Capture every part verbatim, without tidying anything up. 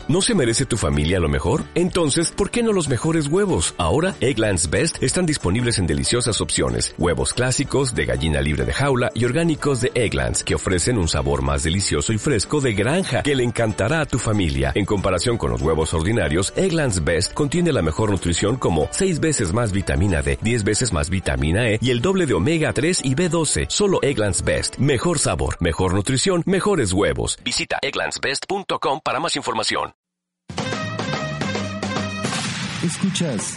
¿No se merece tu familia lo mejor? Entonces, ¿por qué no los mejores huevos? Ahora, Eggland's Best están disponibles en deliciosas opciones. Huevos clásicos, de gallina libre de jaula y orgánicos de Eggland's, que ofrecen un sabor más delicioso y fresco de granja que le encantará a tu familia. En comparación con los huevos ordinarios, Eggland's Best contiene la mejor nutrición como seis veces más vitamina D, diez veces más vitamina E y el doble de omega tres y B doce. Solo Eggland's Best. Mejor sabor, mejor nutrición, mejores huevos. Visita egglands best punto com para más información. Escuchas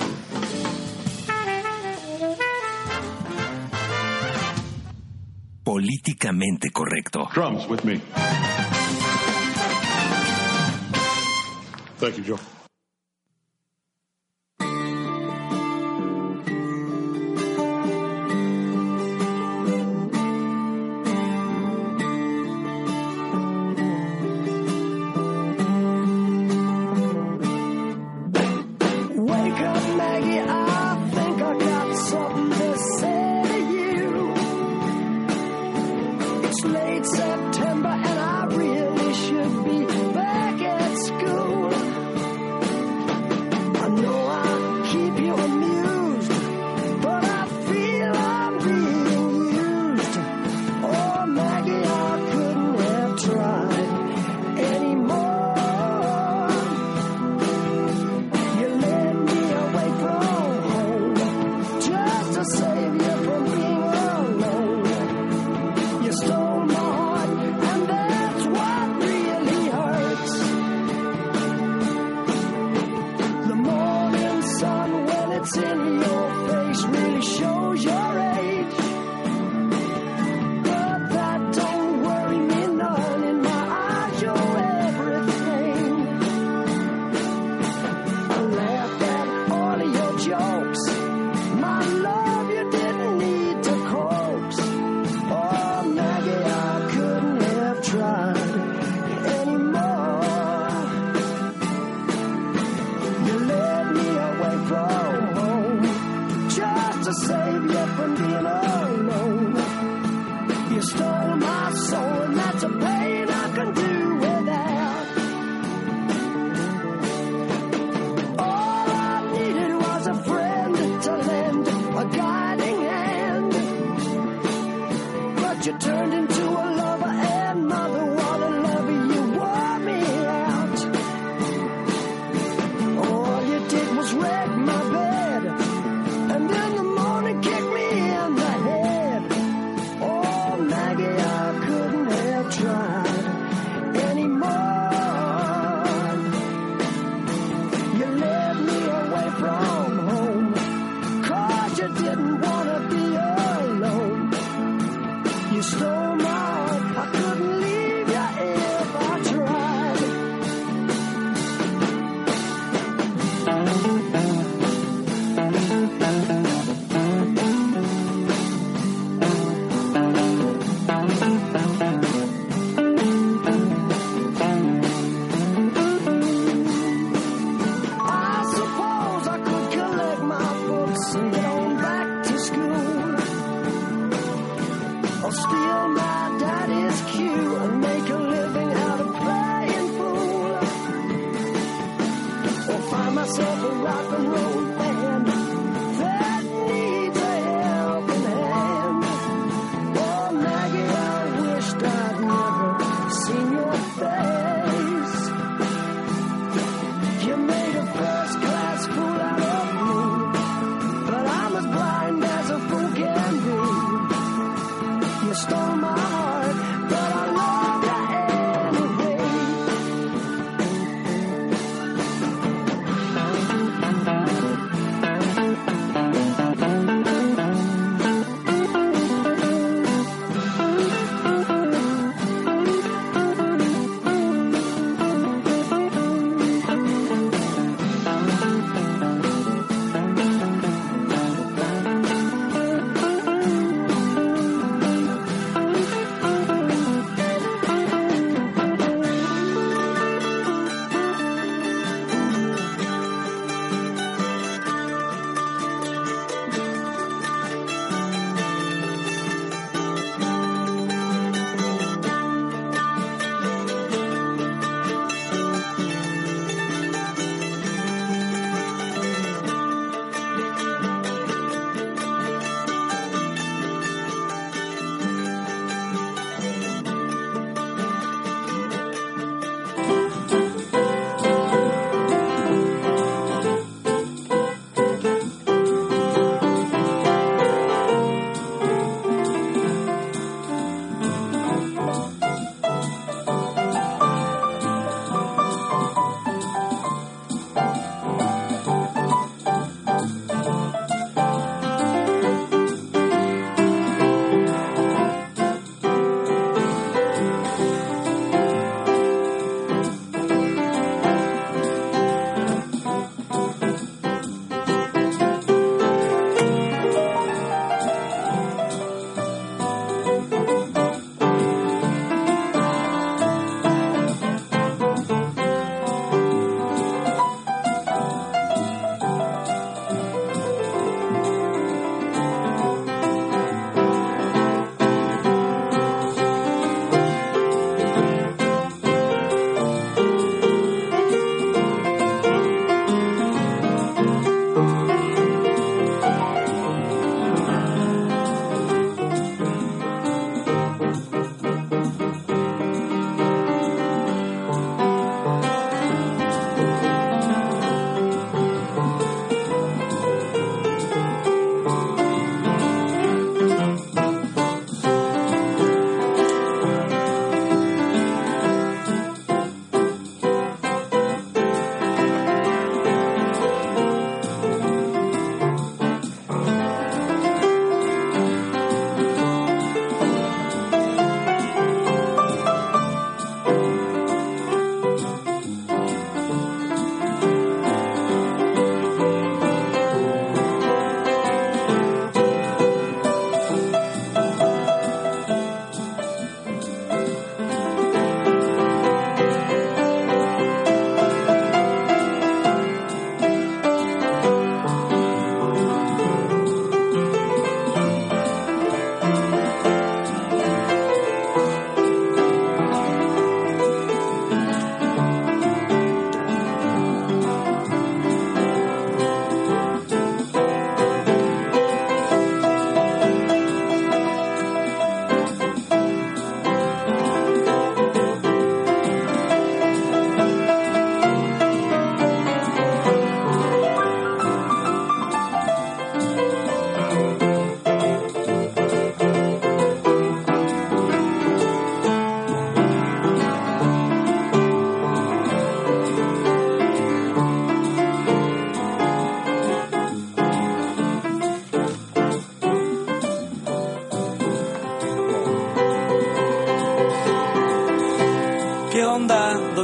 Políticamente Correcto. Drums with me. Thank you, Joe.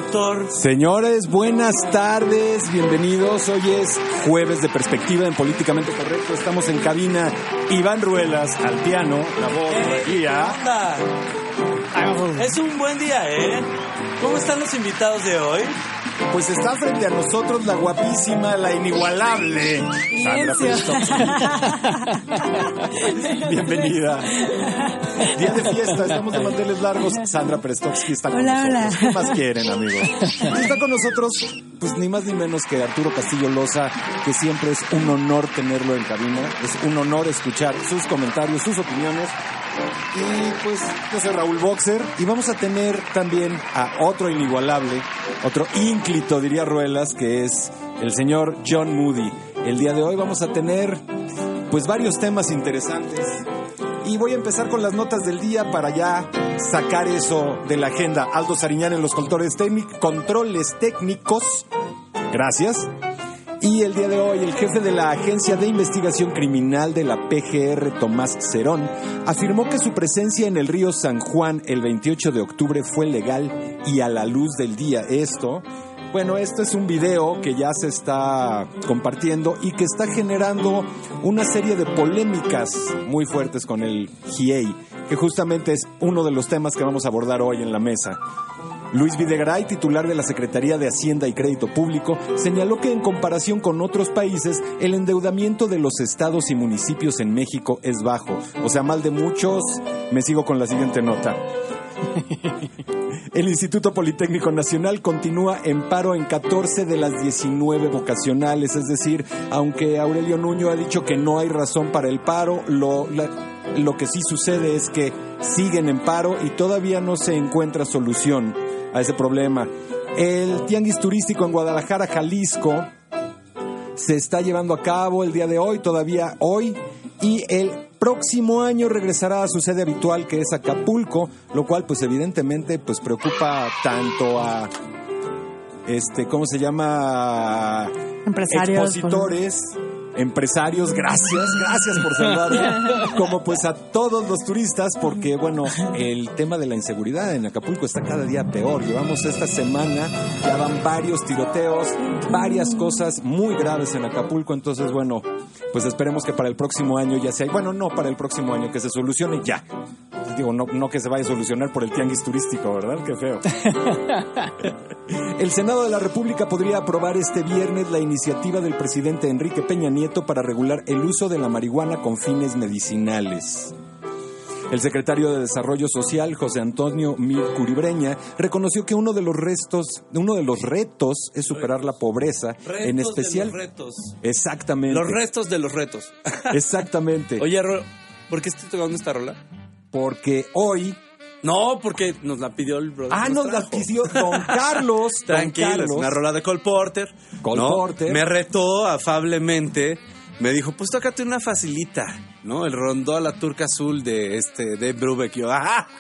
doctor. Señores, buenas tardes, bienvenidos. Hoy es jueves de perspectiva en Políticamente Correcto. Estamos en cabina. Iván Ruelas al piano, la voz, Eh, la guía. ¿Qué onda? Es un buen día, ¿eh? ¿Cómo están los invitados de hoy? Pues está frente a nosotros la guapísima, la inigualable Sandra Prestovsky. Bienvenida. Día de fiesta, estamos de manteles largos. Sandra Prestovsky está con Hola, nosotros. hola. ¿Qué más quieren, amigos? Está con nosotros, pues ni más ni menos que Arturo Castillo Loza, que siempre es un honor tenerlo en cabina. Es un honor escuchar sus comentarios, sus opiniones. Y pues yo soy Raúl Boxer y vamos a tener también a otro inigualable, otro ínclito diría Ruelas, que es el señor John Moody. El día de hoy vamos a tener pues varios temas interesantes y voy a empezar con las notas del día para ya sacar eso de la agenda. Aldo Sariñán en los controles, técnic- controles técnicos. Gracias. Y el día de hoy, el jefe de la Agencia de Investigación Criminal de la P G R, Tomás Cerón, afirmó que su presencia en el río San Juan el veintiocho de octubre fue legal y a la luz del día. Esto, bueno, esto es un video que ya se está compartiendo y que está generando una serie de polémicas muy fuertes con el G I E I, que justamente es uno de los temas que vamos a abordar hoy en la mesa. Luis Videgaray, titular de la Secretaría de Hacienda y Crédito Público, señaló que en comparación con otros países, el endeudamiento de los estados y municipios en México es bajo. O sea, mal de muchos. Me sigo con la siguiente nota. El Instituto Politécnico Nacional continúa en paro en catorce de las diecinueve vocacionales, es decir, aunque Aurelio Nuño ha dicho que no hay razón para el paro, lo, la, lo que sí sucede es que siguen en paro y todavía no se encuentra solución a ese problema. El tianguis turístico en Guadalajara, Jalisco, se está llevando a cabo el día de hoy, todavía hoy, y el próximo año regresará a su sede habitual, que es Acapulco, lo cual pues evidentemente pues preocupa tanto a este, ¿cómo se llama? Empresarios, expositores, empresarios, gracias, gracias por salvarme, como pues a todos los turistas, porque bueno, el tema de la inseguridad en Acapulco está cada día peor. Llevamos esta semana, ya van varios tiroteos, varias cosas muy graves en Acapulco, entonces bueno, pues esperemos que para el próximo año ya sea, bueno, no para el próximo año, que se solucione ya. Digo, no, no que se vaya a solucionar por el tianguis turístico, ¿verdad? Qué feo. El Senado de la República podría aprobar este viernes la iniciativa del presidente Enrique Peña Nieto para regular el uso de la marihuana con fines medicinales. El secretario de Desarrollo Social, José Antonio Mir Curibreña, reconoció que uno de los restos, uno de los retos es superar la pobreza, Retos en especial. de los retos. Exactamente. Los retos de los retos. Exactamente. Oye, Ro- ¿por qué estoy tocando esta rola? Porque hoy. No, porque nos la pidió el brother. Ah, nos la trajo. pidió Don Carlos. Don Tranquilo, es Carlos. una rola de Cole Porter. Cole ¿no? Porter. Me retó afablemente. Me dijo, pues tócate una facilita, ¿no? El rondó a la turca azul de este de Brubeck. Yo, ajá,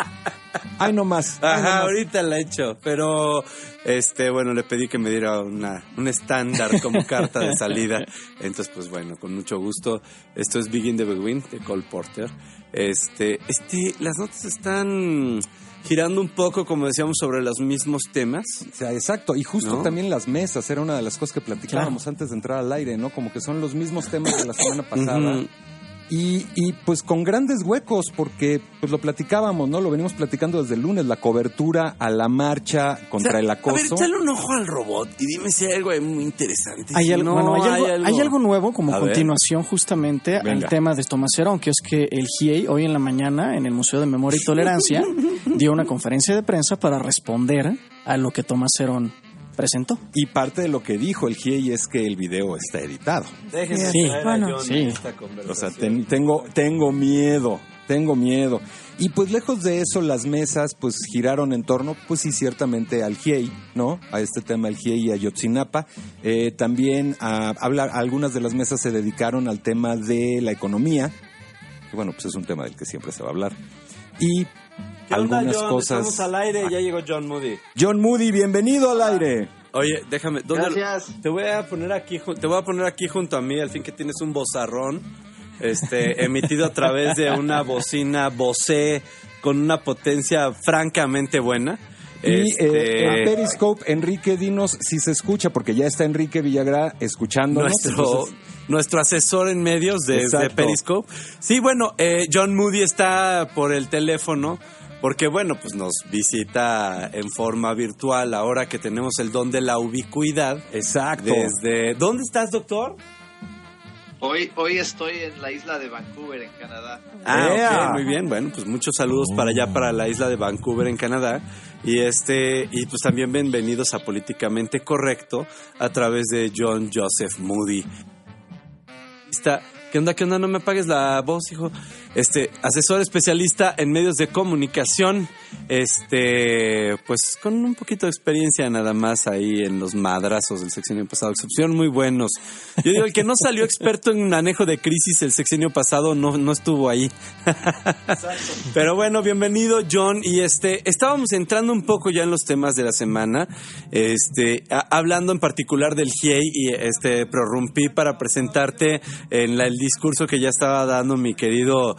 Ay, no más. Ay, no ajá, más. ahorita la he hecho. Pero, este, bueno, le pedí que me diera una, un estándar como carta de salida. Entonces, pues bueno, con mucho gusto. Esto es Begin the Begin de Cole Porter. Este, este, las notas están girando un poco, como decíamos, sobre los mismos temas. O sea, exacto, y justo ¿No? también las mesas, era una de las cosas que platicábamos antes de entrar al aire, ¿no? Como que son los mismos temas de la semana pasada. Ujú. Y, y pues con grandes huecos, porque pues lo platicábamos, ¿no? Lo venimos platicando desde el lunes, la cobertura a la marcha contra O sea, el acoso. A ver, échale un ojo al robot y dime si hay algo ahí muy interesante. Hay Si algo, no, bueno, hay, algo, hay algo nuevo como A ver. continuación justamente Venga. al tema de Tomás Cerón, que es que el G I E I hoy en la mañana en el Museo de Memoria y Tolerancia dio una conferencia de prensa para responder a lo que Tomás Cerón presentó. Y parte de lo que dijo el G I E I es que el video está editado. Déjenme Sí, traer a bueno. John Sí. en esta O sea, conversación. ten- tengo, tengo miedo, tengo miedo. Y pues lejos de eso, las mesas pues giraron en torno, pues sí, ciertamente al G I E I, ¿no? A este tema del G I E I y a Yotzinapa. Eh, también a hablar, algunas de las mesas se dedicaron al tema de la economía, que bueno, pues es un tema del que siempre se va a hablar. Y ¿Qué onda, algunas John? cosas. Estamos al aire, ya llegó John Moody. John Moody, bienvenido al aire. Oye, déjame. ¿dónde Gracias. Te voy a poner aquí, ju- te voy a poner aquí junto a mí, al fin que tienes un vozarrón, este, emitido a través de una bocina Bose con una potencia francamente buena. Y Este, eh, en Periscope, Enrique, dinos si se escucha, porque ya está Enrique Villagrá escuchándonos. nuestro, entonces... nuestro asesor en medios de, de Exacto. Periscope. Sí, bueno, eh, John Moody está por el teléfono porque, bueno, pues nos visita en forma virtual ahora que tenemos el don de la ubicuidad. Exacto. Desde... ¿Dónde estás, doctor? Hoy, hoy estoy en la isla de Vancouver, en Canadá. Ah, Yeah. ok, muy bien. Bueno, pues muchos saludos para allá, para la isla de Vancouver, en Canadá. Y este y pues también bienvenidos a Políticamente Correcto a través de John Joseph Moody. Está, ¿qué onda, qué onda? No me apagues la voz, hijo. Este, asesor especialista en medios de comunicación, este, pues con un poquito de experiencia nada más ahí en los madrazos del sexenio pasado, que se pusieron muy buenos. Yo digo, el que no salió experto en manejo de crisis el sexenio pasado no, no estuvo ahí. Pero bueno, bienvenido, John. Y este, estábamos entrando un poco ya en los temas de la semana, este, a, hablando en particular del G I E I, y este, prorrumpí para presentarte en la, el discurso que ya estaba dando mi querido,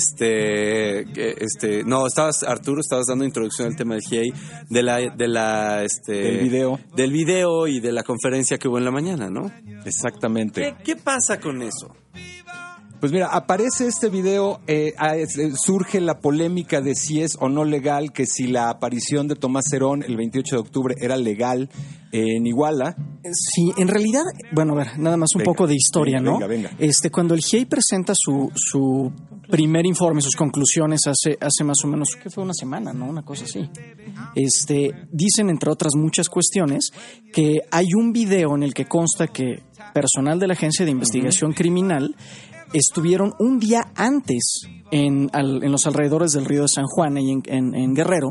este, este, no, estabas, Arturo, estabas dando introducción al tema del G I E I, de la, de la, este, Del video. del video y de la conferencia que hubo en la mañana, ¿no? Exactamente. ¿Qué, qué pasa con eso? Pues mira, aparece este video, eh, surge la polémica de si es o no legal, que si la aparición de Tomás Cerón el veintiocho de octubre era legal en Iguala. Sí, en realidad, bueno, a ver, nada más un Venga, poco de historia, venga, ¿no? venga. Este, cuando el G I E I presenta su, su primer informe, sus conclusiones hace, hace más o menos, ¿qué fue? Una semana, ¿no? Una cosa así. Este, dicen, entre otras muchas cuestiones, que hay un video en el que consta que personal de la Agencia de Investigación uh-huh. Criminal estuvieron un día antes en, al, en los alrededores del río de San Juan y en, en, en Guerrero,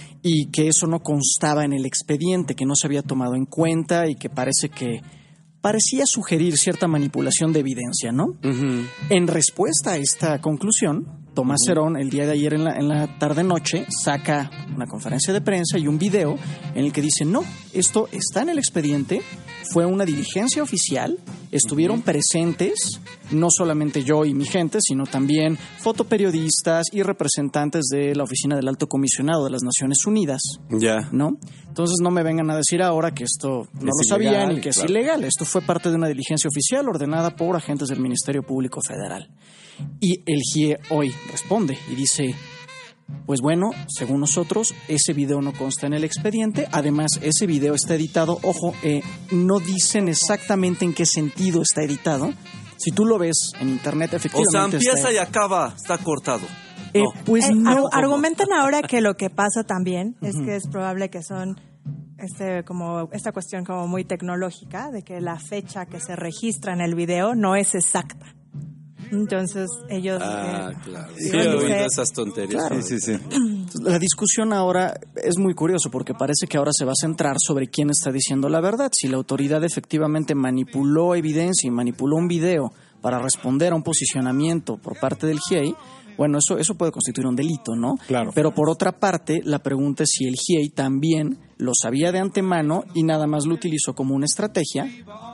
y que eso no constaba en el expediente, que no se había tomado en cuenta y que parece que parecía sugerir cierta manipulación de evidencia, ¿no? Uh-huh. En respuesta a esta conclusión, Tomás uh-huh. Cerón, el día de ayer en la, en la tarde-noche, saca una conferencia de prensa y un video en el que dice, no, esto está en el expediente, fue una diligencia oficial, estuvieron uh-huh. presentes, no solamente yo y mi gente, sino también fotoperiodistas y representantes de la Oficina del Alto Comisionado de las Naciones Unidas, ya, yeah. ¿no? Entonces no me vengan a decir ahora que esto no es lo ilegal, sabían y que claro. es ilegal. Esto fue parte de una diligencia oficial ordenada por agentes del Ministerio Público Federal. Y el G I E I hoy responde y dice, pues bueno, según nosotros, ese video no consta en el expediente. Además, ese video está editado. Ojo, eh, no dicen exactamente en qué sentido está editado. Si tú lo ves en internet, efectivamente. O sea, empieza está... y acaba, está cortado. Eh, No. pues Eh, no. ar- argumentan ahora que lo que pasa también es que es probable que son este como esta cuestión como muy tecnológica de que la fecha que se registra en el video no es exacta. Entonces ellos Ah, eh, claro. sí, Sí, he dice- oído esas tonterías. Sí, sí, sí. La discusión ahora es muy curioso porque parece que ahora se va a centrar sobre quién está diciendo la verdad. Si la autoridad efectivamente manipuló evidencia y manipuló un video para responder a un posicionamiento por parte del G I E I, bueno, eso, eso puede constituir un delito, ¿no? Claro. Pero por otra parte, la pregunta es si el G I E I también lo sabía de antemano y nada más lo utilizó como una estrategia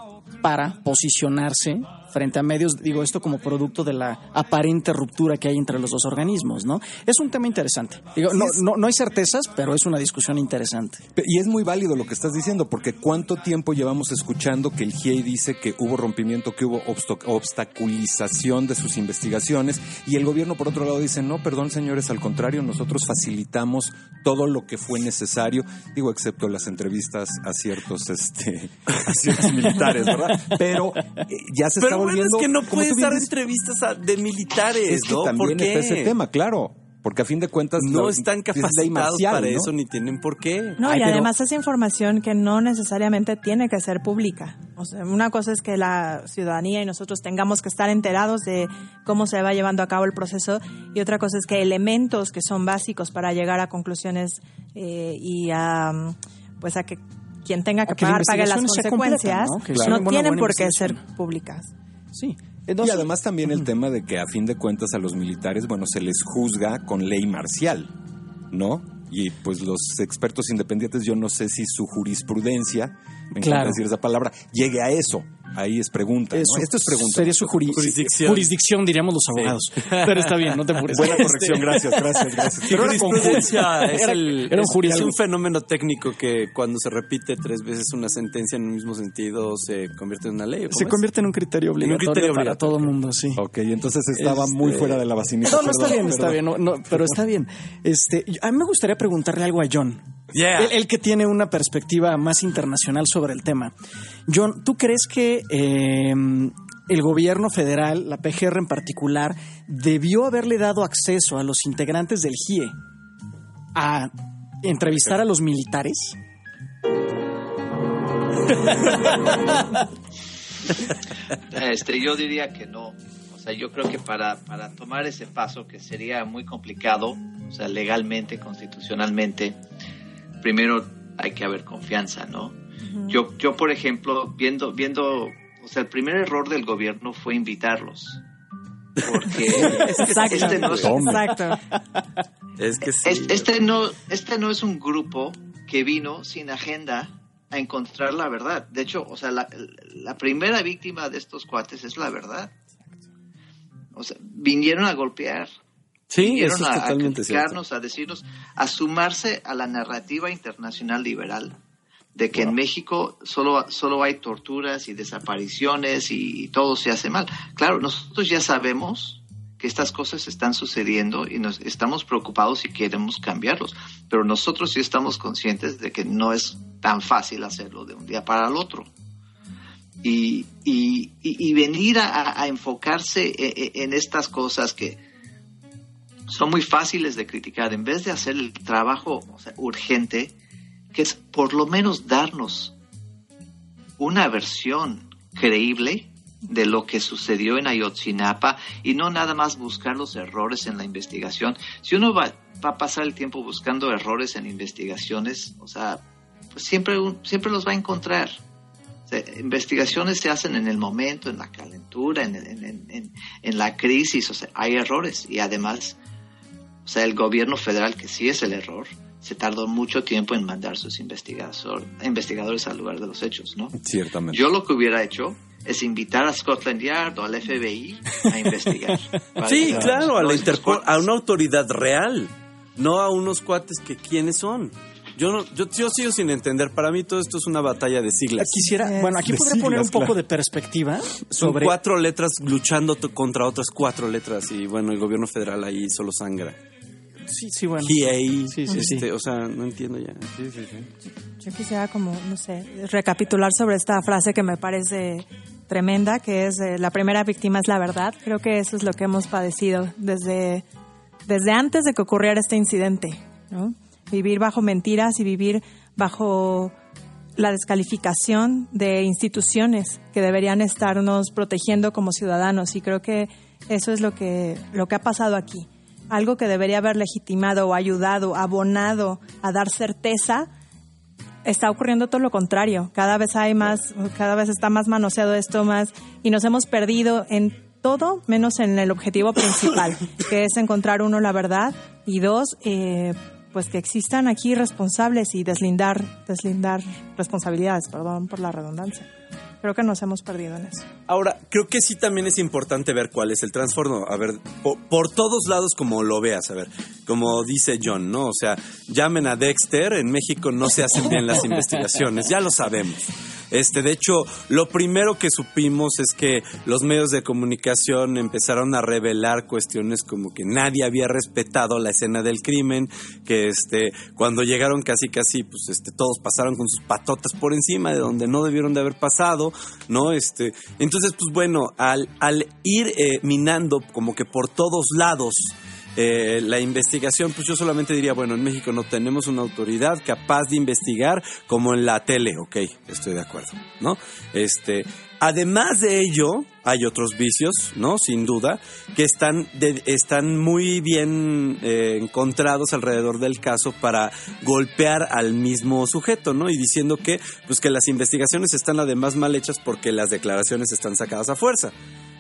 para posicionarse frente a medios, digo esto como producto de la aparente ruptura que hay entre los dos organismos, ¿no? Es un tema interesante. Digo, no, no, no hay certezas, pero es una discusión interesante. Y es muy válido lo que estás diciendo, porque ¿cuánto tiempo llevamos escuchando que el G I E I dice que hubo rompimiento, que hubo obst- obstaculización de sus investigaciones, y el gobierno por otro lado dice, no, perdón señores, al contrario, nosotros facilitamos todo lo que fue necesario, digo, excepto las entrevistas a ciertos, este, a ciertos militares, ¿verdad? Pero eh, ya se Pero está bueno, volviendo... es que no como puedes tú bien dar dices, entrevistas a- de militares, es que ¿no? también ¿Por qué? está ese tema, claro. Porque a fin de cuentas No lo- están es ley capacitados marcial, para ¿no? eso, ni tienen por qué. No, Ay, y pero- además es información que no necesariamente tiene que ser pública. O sea, una cosa es que la ciudadanía y nosotros tengamos que estar enterados de cómo se va llevando a cabo el proceso, y otra cosa es que elementos que son básicos para llegar a conclusiones eh, y a pues a que quien tenga que A que la pagar pague las investigación sea completa, consecuencias, ¿no? Que no, sea una buena- tienen buena por qué ser investigación. públicas. Sí. Y Entonces, además también el tema de que a fin de cuentas a los militares, bueno, se les juzga con ley marcial, ¿no? Y pues los expertos independientes, yo no sé si su jurisprudencia, me encanta Claro. decir esa palabra, llegue a eso, ahí es pregunta. ¿no? Eso, Esto es pregunta. Sería su juri- Jurisdicción. jurisdicción, diríamos los abogados. Pero está bien, no te apures. Buena corrección, gracias, gracias, gracias. Pero la jurisprudencia es, Era- el- era un es- jurisdicción. es un fenómeno técnico que cuando se repite tres veces una sentencia en un mismo sentido se convierte en una ley. ¿o Se cómo es? convierte en un criterio obligatorio, criterio para obligatorio. todo el mundo, sí. Ok, entonces estaba Este- muy fuera de la vacinita. No, no está perdón, bien, está perdón. bien, no, no, pero está bien. Este, a mí me gustaría preguntarle algo a John. Yeah. Él, él que tiene una perspectiva más internacional sobre el tema. John, ¿tú crees que eh, el gobierno federal, la P G R en particular, debió haberle dado acceso a los integrantes del G I E a entrevistar a los militares? Este, yo diría que no. O sea, yo creo que para, para tomar ese paso, que sería muy complicado, o sea, legalmente, constitucionalmente, primero hay que haber confianza, ¿no? Uh-huh. Yo, yo, por ejemplo, viendo, viendo, o sea, el primer error del gobierno fue invitarlos. Porque Exacto. este no es, Exacto. Es que sí. es- este no, este no es un grupo que vino sin agenda a encontrar la verdad. De hecho, o sea, la, la primera víctima de estos cuates es la verdad. O sea, vinieron a golpear. Sí, vinieron eso es a, a totalmente cierto. criticarnos, a decirnos, a sumarse a la narrativa internacional liberal de que Wow. en México solo, solo hay torturas y desapariciones y, y todo se hace mal. Claro, nosotros ya sabemos que estas cosas están sucediendo y nos estamos preocupados y queremos cambiarlos, pero nosotros sí estamos conscientes de que no es tan fácil hacerlo de un día para el otro. Y, y, y, y venir a, a enfocarse en, en estas cosas que son muy fáciles de criticar, en vez de hacer el trabajo, o sea, urgente, que es por lo menos darnos una versión creíble de lo que sucedió en Ayotzinapa y no nada más buscar los errores en la investigación. Si uno va, va a pasar el tiempo buscando errores en investigaciones, o sea, pues siempre, siempre los va a encontrar. O sea, investigaciones se hacen en el momento, en la calentura, en, en, en, en la crisis, o sea, hay errores y además, o sea, el gobierno federal, que sí es el error, se tardó mucho tiempo en mandar sus investigador, investigadores al lugar de los hechos, ¿no? Ciertamente. Yo lo que hubiera hecho es invitar a Scotland Yard o al F B I a investigar. Sí, Para- claro, a no la estos Interpol, cuates. a una autoridad real, no a unos cuates que quiénes son. Yo no, yo, yo sigo sin entender. Para mí todo esto es una batalla de siglas. Quisiera, Yes. bueno, aquí De podría poner un siglas, poco claro. de perspectiva Son sobre cuatro letras luchando to- contra otras cuatro letras y bueno, el gobierno federal ahí solo sangra. Sí, sí, bueno. G A, Sí, sí, este, sí. o sea, no entiendo ya. Sí, sí, sí. Yo quisiera como, no sé, recapitular sobre esta frase que me parece tremenda, que es eh, la primera víctima es la verdad. Creo que eso es lo que hemos padecido desde, desde antes de que ocurriera este incidente, ¿no? Vivir bajo mentiras y vivir bajo la descalificación de instituciones que deberían estarnos protegiendo como ciudadanos, y creo que eso es lo que, lo que ha pasado aquí. Algo que debería haber legitimado o ayudado, abonado a dar certeza, está ocurriendo todo lo contrario. Cada vez hay más, cada vez está más manoseado esto, más, y nos hemos perdido en todo menos en el objetivo principal, que es encontrar, uno, la verdad, y dos, eh, pues que existan aquí responsables y deslindar, deslindar responsabilidades, perdón por la redundancia. Creo que nos hemos perdido en eso. Ahora, creo que sí también es importante ver cuál es el trastorno. A ver, por, por todos lados como lo veas, a ver, como dice John, ¿no? O sea, llamen a Dexter, en México no se hacen bien las investigaciones, ya lo sabemos. Este, de hecho, lo primero que supimos es que los medios de comunicación empezaron a revelar cuestiones como que nadie había respetado la escena del crimen, que este, cuando llegaron casi casi, pues este, todos pasaron con sus patotas por encima de donde no debieron de haber pasado, ¿no? Este, entonces, pues bueno, al, al ir eh, minando como que por todos lados Eh, la investigación, pues yo solamente diría, bueno, en México no tenemos una autoridad capaz de investigar como en la tele, ok, estoy de acuerdo, ¿no? Este, además de ello, hay otros vicios, ¿no? Sin duda, que están, de, están muy bien eh, encontrados alrededor del caso para golpear al mismo sujeto, ¿no? Y diciendo que, pues que las investigaciones están además mal hechas porque las declaraciones están sacadas a fuerza.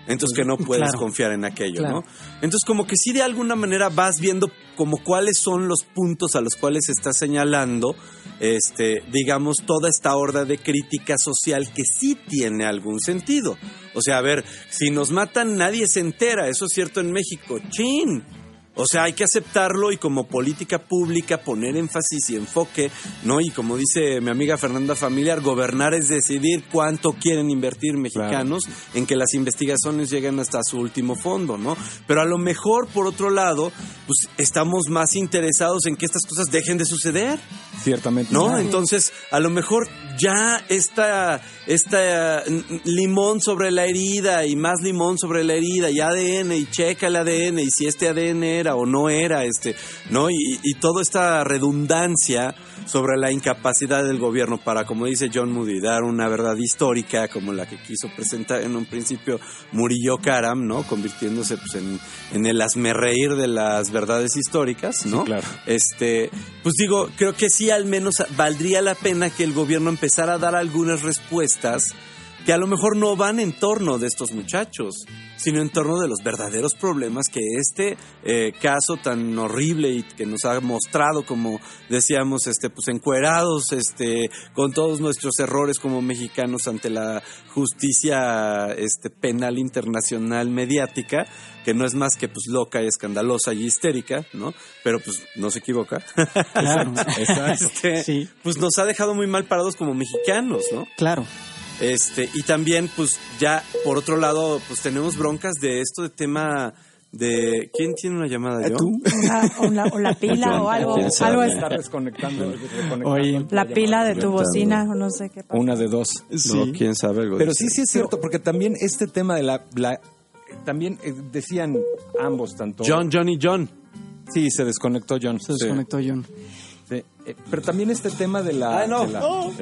entonces que no puedes claro. confiar en aquello, Claro. ¿no? Entonces como que sí de alguna manera vas viendo como cuáles son los puntos a los cuales se está señalando, este, digamos, toda esta horda de crítica social que sí tiene algún sentido. O sea, a ver, si nos matan nadie se entera, eso es cierto en México, ¡chin! O sea, hay que aceptarlo y como política pública poner énfasis y enfoque, ¿no? Y como dice mi amiga Fernanda Familiar, gobernar es decidir cuánto quieren invertir mexicanos claro. en que las investigaciones lleguen hasta su último fondo, ¿no? Pero a lo mejor, por otro lado, pues estamos más interesados en que estas cosas dejen de suceder. Ciertamente. ¿No? Entonces, a lo mejor ya esta, esta limón sobre la herida y más limón sobre la herida y A D N y checa el A D N y si este A D N era o no era, este, ¿no? Y, y toda esta redundancia sobre la incapacidad del gobierno para, como dice John Moody, dar una verdad histórica como la que quiso presentar en un principio Murillo Karam, ¿no? Convirtiéndose pues en, en el hazmerreír de las verdades históricas, ¿no? Sí, claro. Este, pues digo, creo que sí al menos valdría la pena que el gobierno empezara a dar algunas respuestas que a lo mejor no van en torno de estos muchachos, sino en torno de los verdaderos problemas que este eh, caso tan horrible y que nos ha mostrado, como decíamos, este, pues encuerados, este, con todos nuestros errores como mexicanos ante la justicia este, penal internacional mediática, que no es más que pues loca y escandalosa y histérica, ¿no? Pero pues no se equivoca. Claro, exacto. Este, sí. Pues nos ha dejado muy mal parados como mexicanos, ¿no? Claro. Este, y también, pues, ya, por otro lado, pues tenemos broncas de esto de tema de... ¿Quién tiene una llamada? ¿Yo? ¿Tú? Una, o, la, o la pila o algo. algo es, está desconectando. Oye, la pila de tu bocina, o no sé qué pasa. Una de dos. Sí. No, quién sabe algo. Pero sí, sí es cierto, porque también este tema de la... la también eh, decían ambos, tanto... John, John y John. Sí, se desconectó John. Se desconectó sí. John. Sí. Eh, pero también este tema de la... ¡Ay, no! De la... Oh.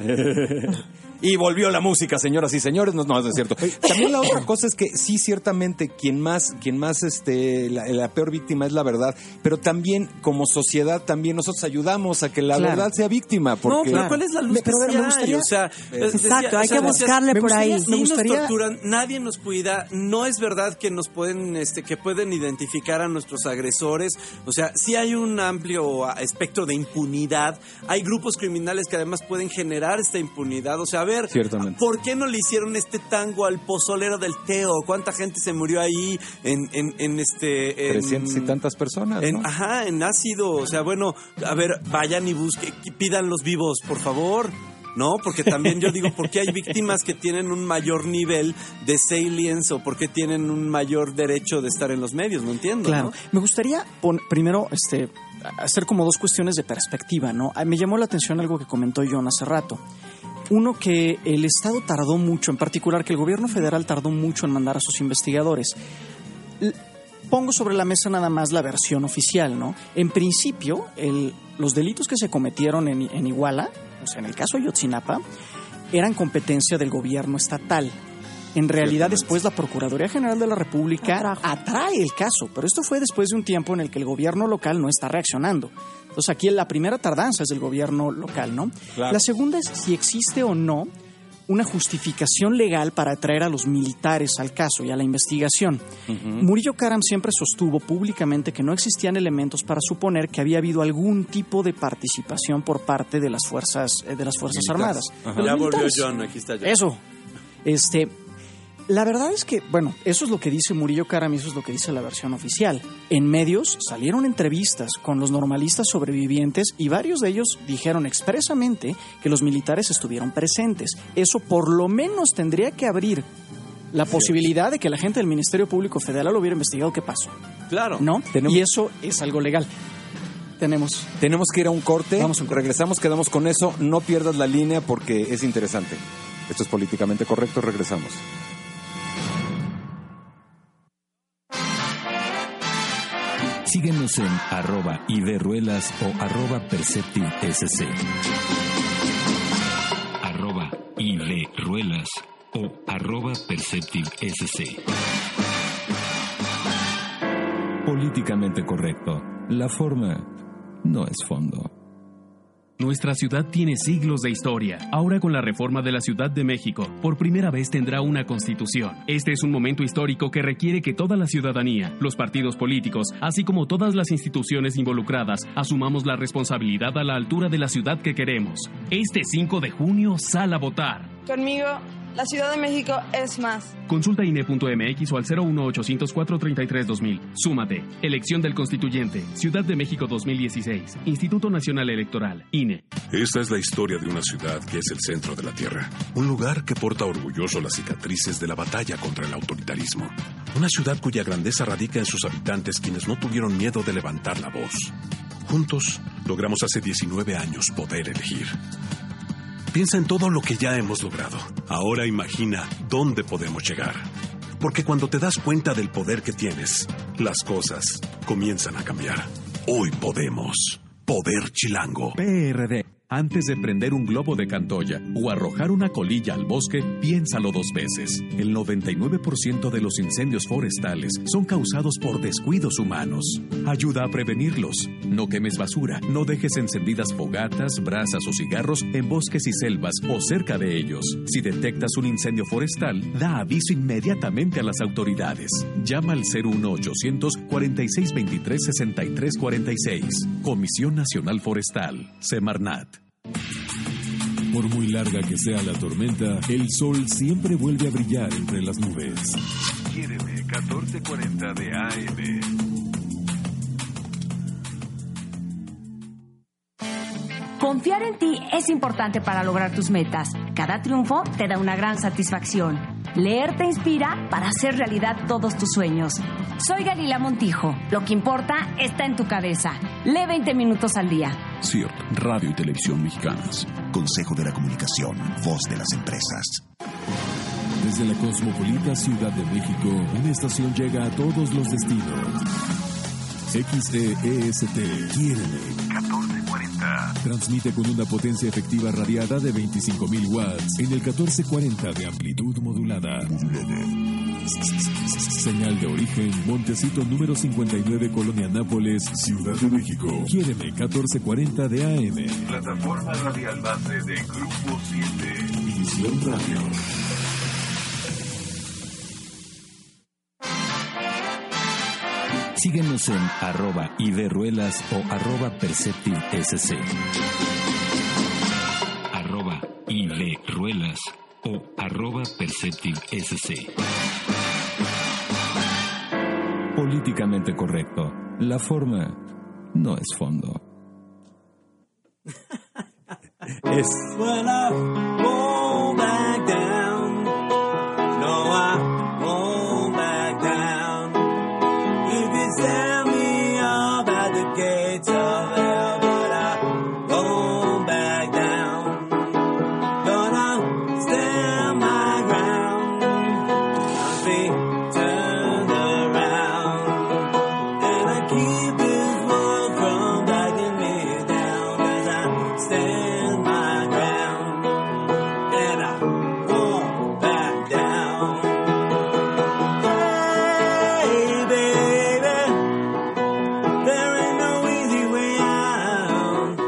Y volvió la música, señoras y señores. No, no, es cierto. También la otra cosa es que sí, ciertamente, quien más, quien más, este, la, la peor víctima es la verdad. Pero también, como sociedad, también nosotros ayudamos a que la claro. verdad sea víctima. Porque... No, pero ¿cuál es la luz me, que pero, sí me gustaría... hay? O sea, Exacto, decía, hay o sea, que buscarle decía, por ahí. Sí me gustaría... nos torturan, nadie nos cuida. No es verdad que nos pueden, este, que pueden identificar a nuestros agresores. O sea, sí hay un amplio espectro de impunidad. Hay grupos criminales que además pueden generar esta impunidad. O sea, a ver, ciertamente. ¿por qué no le hicieron este tango al pozolero del Teo? ¿Cuánta gente se murió ahí en, en, en este... En, trescientas y tantas personas, en, ¿no? Ajá, en ácido. O sea, bueno, a ver, vayan y busquen, pidan los vivos, por favor. ¿No? Porque también yo digo, ¿por qué hay víctimas que tienen un mayor nivel de salience o por qué tienen un mayor derecho de estar en los medios? No entiendo. Claro. ¿no? Me gustaría pon, primero este, hacer como dos cuestiones de perspectiva, ¿no? Me llamó la atención algo que comentó John hace rato. Uno, que el Estado tardó mucho, en particular que el gobierno federal tardó mucho en mandar a sus investigadores. L- Pongo sobre la mesa nada más la versión oficial, ¿no? En principio, el, los delitos que se cometieron en, en Iguala, o sea, en el caso de Ayotzinapa, eran competencia del gobierno estatal. En realidad, después la Procuraduría General de la República atrae el caso, pero esto fue después de un tiempo en el que el gobierno local no está reaccionando. Entonces, aquí la primera tardanza es del gobierno local, ¿no? Claro. La segunda es si existe o no una justificación legal para atraer a los militares al caso y a la investigación. Uh-huh. Murillo Karam siempre sostuvo públicamente que no existían elementos para suponer que había habido algún tipo de participación por parte de las fuerzas, eh, de las fuerzas armadas. Ya volvió John, aquí está John. Eso. Este, la verdad es que, bueno, eso es lo que dice Murillo Karam y eso es lo que dice la versión oficial. En medios salieron entrevistas con los normalistas sobrevivientes y varios de ellos dijeron expresamente que los militares estuvieron presentes. Eso por lo menos tendría que abrir la posibilidad de que la gente del Ministerio Público Federal hubiera investigado qué pasó. Claro. ¿No? Tenemos... Y eso es algo legal. Tenemos... Tenemos que ir a un corte. Vamos a un corte. Regresamos, quedamos con eso. No pierdas la línea porque es interesante. Esto es políticamente correcto. Regresamos. Síguenos en arroba iderruelas o arroba perceptivesc. Arroba iderruelas o arroba perceptivesc. Políticamente correcto. La forma no es fondo. Nuestra ciudad tiene siglos de historia. Ahora con la reforma de la Ciudad de México, por primera vez tendrá una constitución. Este es un momento histórico que requiere que toda la ciudadanía, los partidos políticos, así como todas las instituciones involucradas, asumamos la responsabilidad a la altura de la ciudad que queremos. Este cinco de junio, sal a votar. Conmigo, la Ciudad de México es más. Consulta I N E punto M X o al cero uno ochocientos cuatro treinta y tres dos mil. Súmate. Elección del Constituyente. Ciudad de México dos mil dieciséis. Instituto Nacional Electoral. I N E. Esta es la historia de una ciudad que es el centro de la tierra. Un lugar que porta orgulloso las cicatrices de la batalla contra el autoritarismo. Una ciudad cuya grandeza radica en sus habitantes, quienes no tuvieron miedo de levantar la voz. Juntos, logramos hace diecinueve años poder elegir. Piensa en todo lo que ya hemos logrado. Ahora imagina dónde podemos llegar. Porque cuando te das cuenta del poder que tienes, las cosas comienzan a cambiar. Hoy podemos. Poder Chilango. P R D. Antes de prender un globo de Cantoya o arrojar una colilla al bosque, piénsalo dos veces. El noventa y nueve por ciento de los incendios forestales son causados por descuidos humanos. Ayuda a prevenirlos. No quemes basura, no dejes encendidas fogatas, brasas o cigarros en bosques y selvas o cerca de ellos. Si detectas un incendio forestal, da aviso inmediatamente a las autoridades. Llama al cero uno ochocientos cuarenta y seis veintitrés sesenta y tres cuarenta y seis. Comisión Nacional Forestal, Semarnat. Por muy larga que sea la tormenta, el sol siempre vuelve a brillar entre las nubes. Quiéreme, catorce cuarenta de A M. Confiar en ti es importante para lograr tus metas. Cada triunfo te da una gran satisfacción. Leer te inspira para hacer realidad todos tus sueños. Soy Galila Montijo. Lo que importa está en tu cabeza. Lee veinte minutos al día. C I R T, Radio y Televisión Mexicanas. Consejo de la Comunicación, voz de las empresas. Desde la cosmopolita Ciudad de México, una estación llega a todos los destinos. X E E S T, Quiéreme, catorce cuarenta. Transmite con una potencia efectiva radiada de veinticinco mil watts en el catorce cuarenta de amplitud modulada. Señal de origen, Montecito número cincuenta y nueve, Colonia Nápoles, Ciudad de México. Quiéreme, catorce cuarenta de A M. Plataforma radial base de Grupo siete. División Radio. Síguenos en arroba iderruelas o arroba perceptivesc. Arroba iderruelas o arroba perceptivesc. Políticamente correcto. La forma no es fondo. Es when I roll back down. No, I roll back down. You can stand me up at the gates of hell, but I roll back down. Gonna stand my ground. I'll be turned around, and I keep this world from dragging me down as I stand my ground, and I won't back down. Hey, baby, there ain't no easy way out.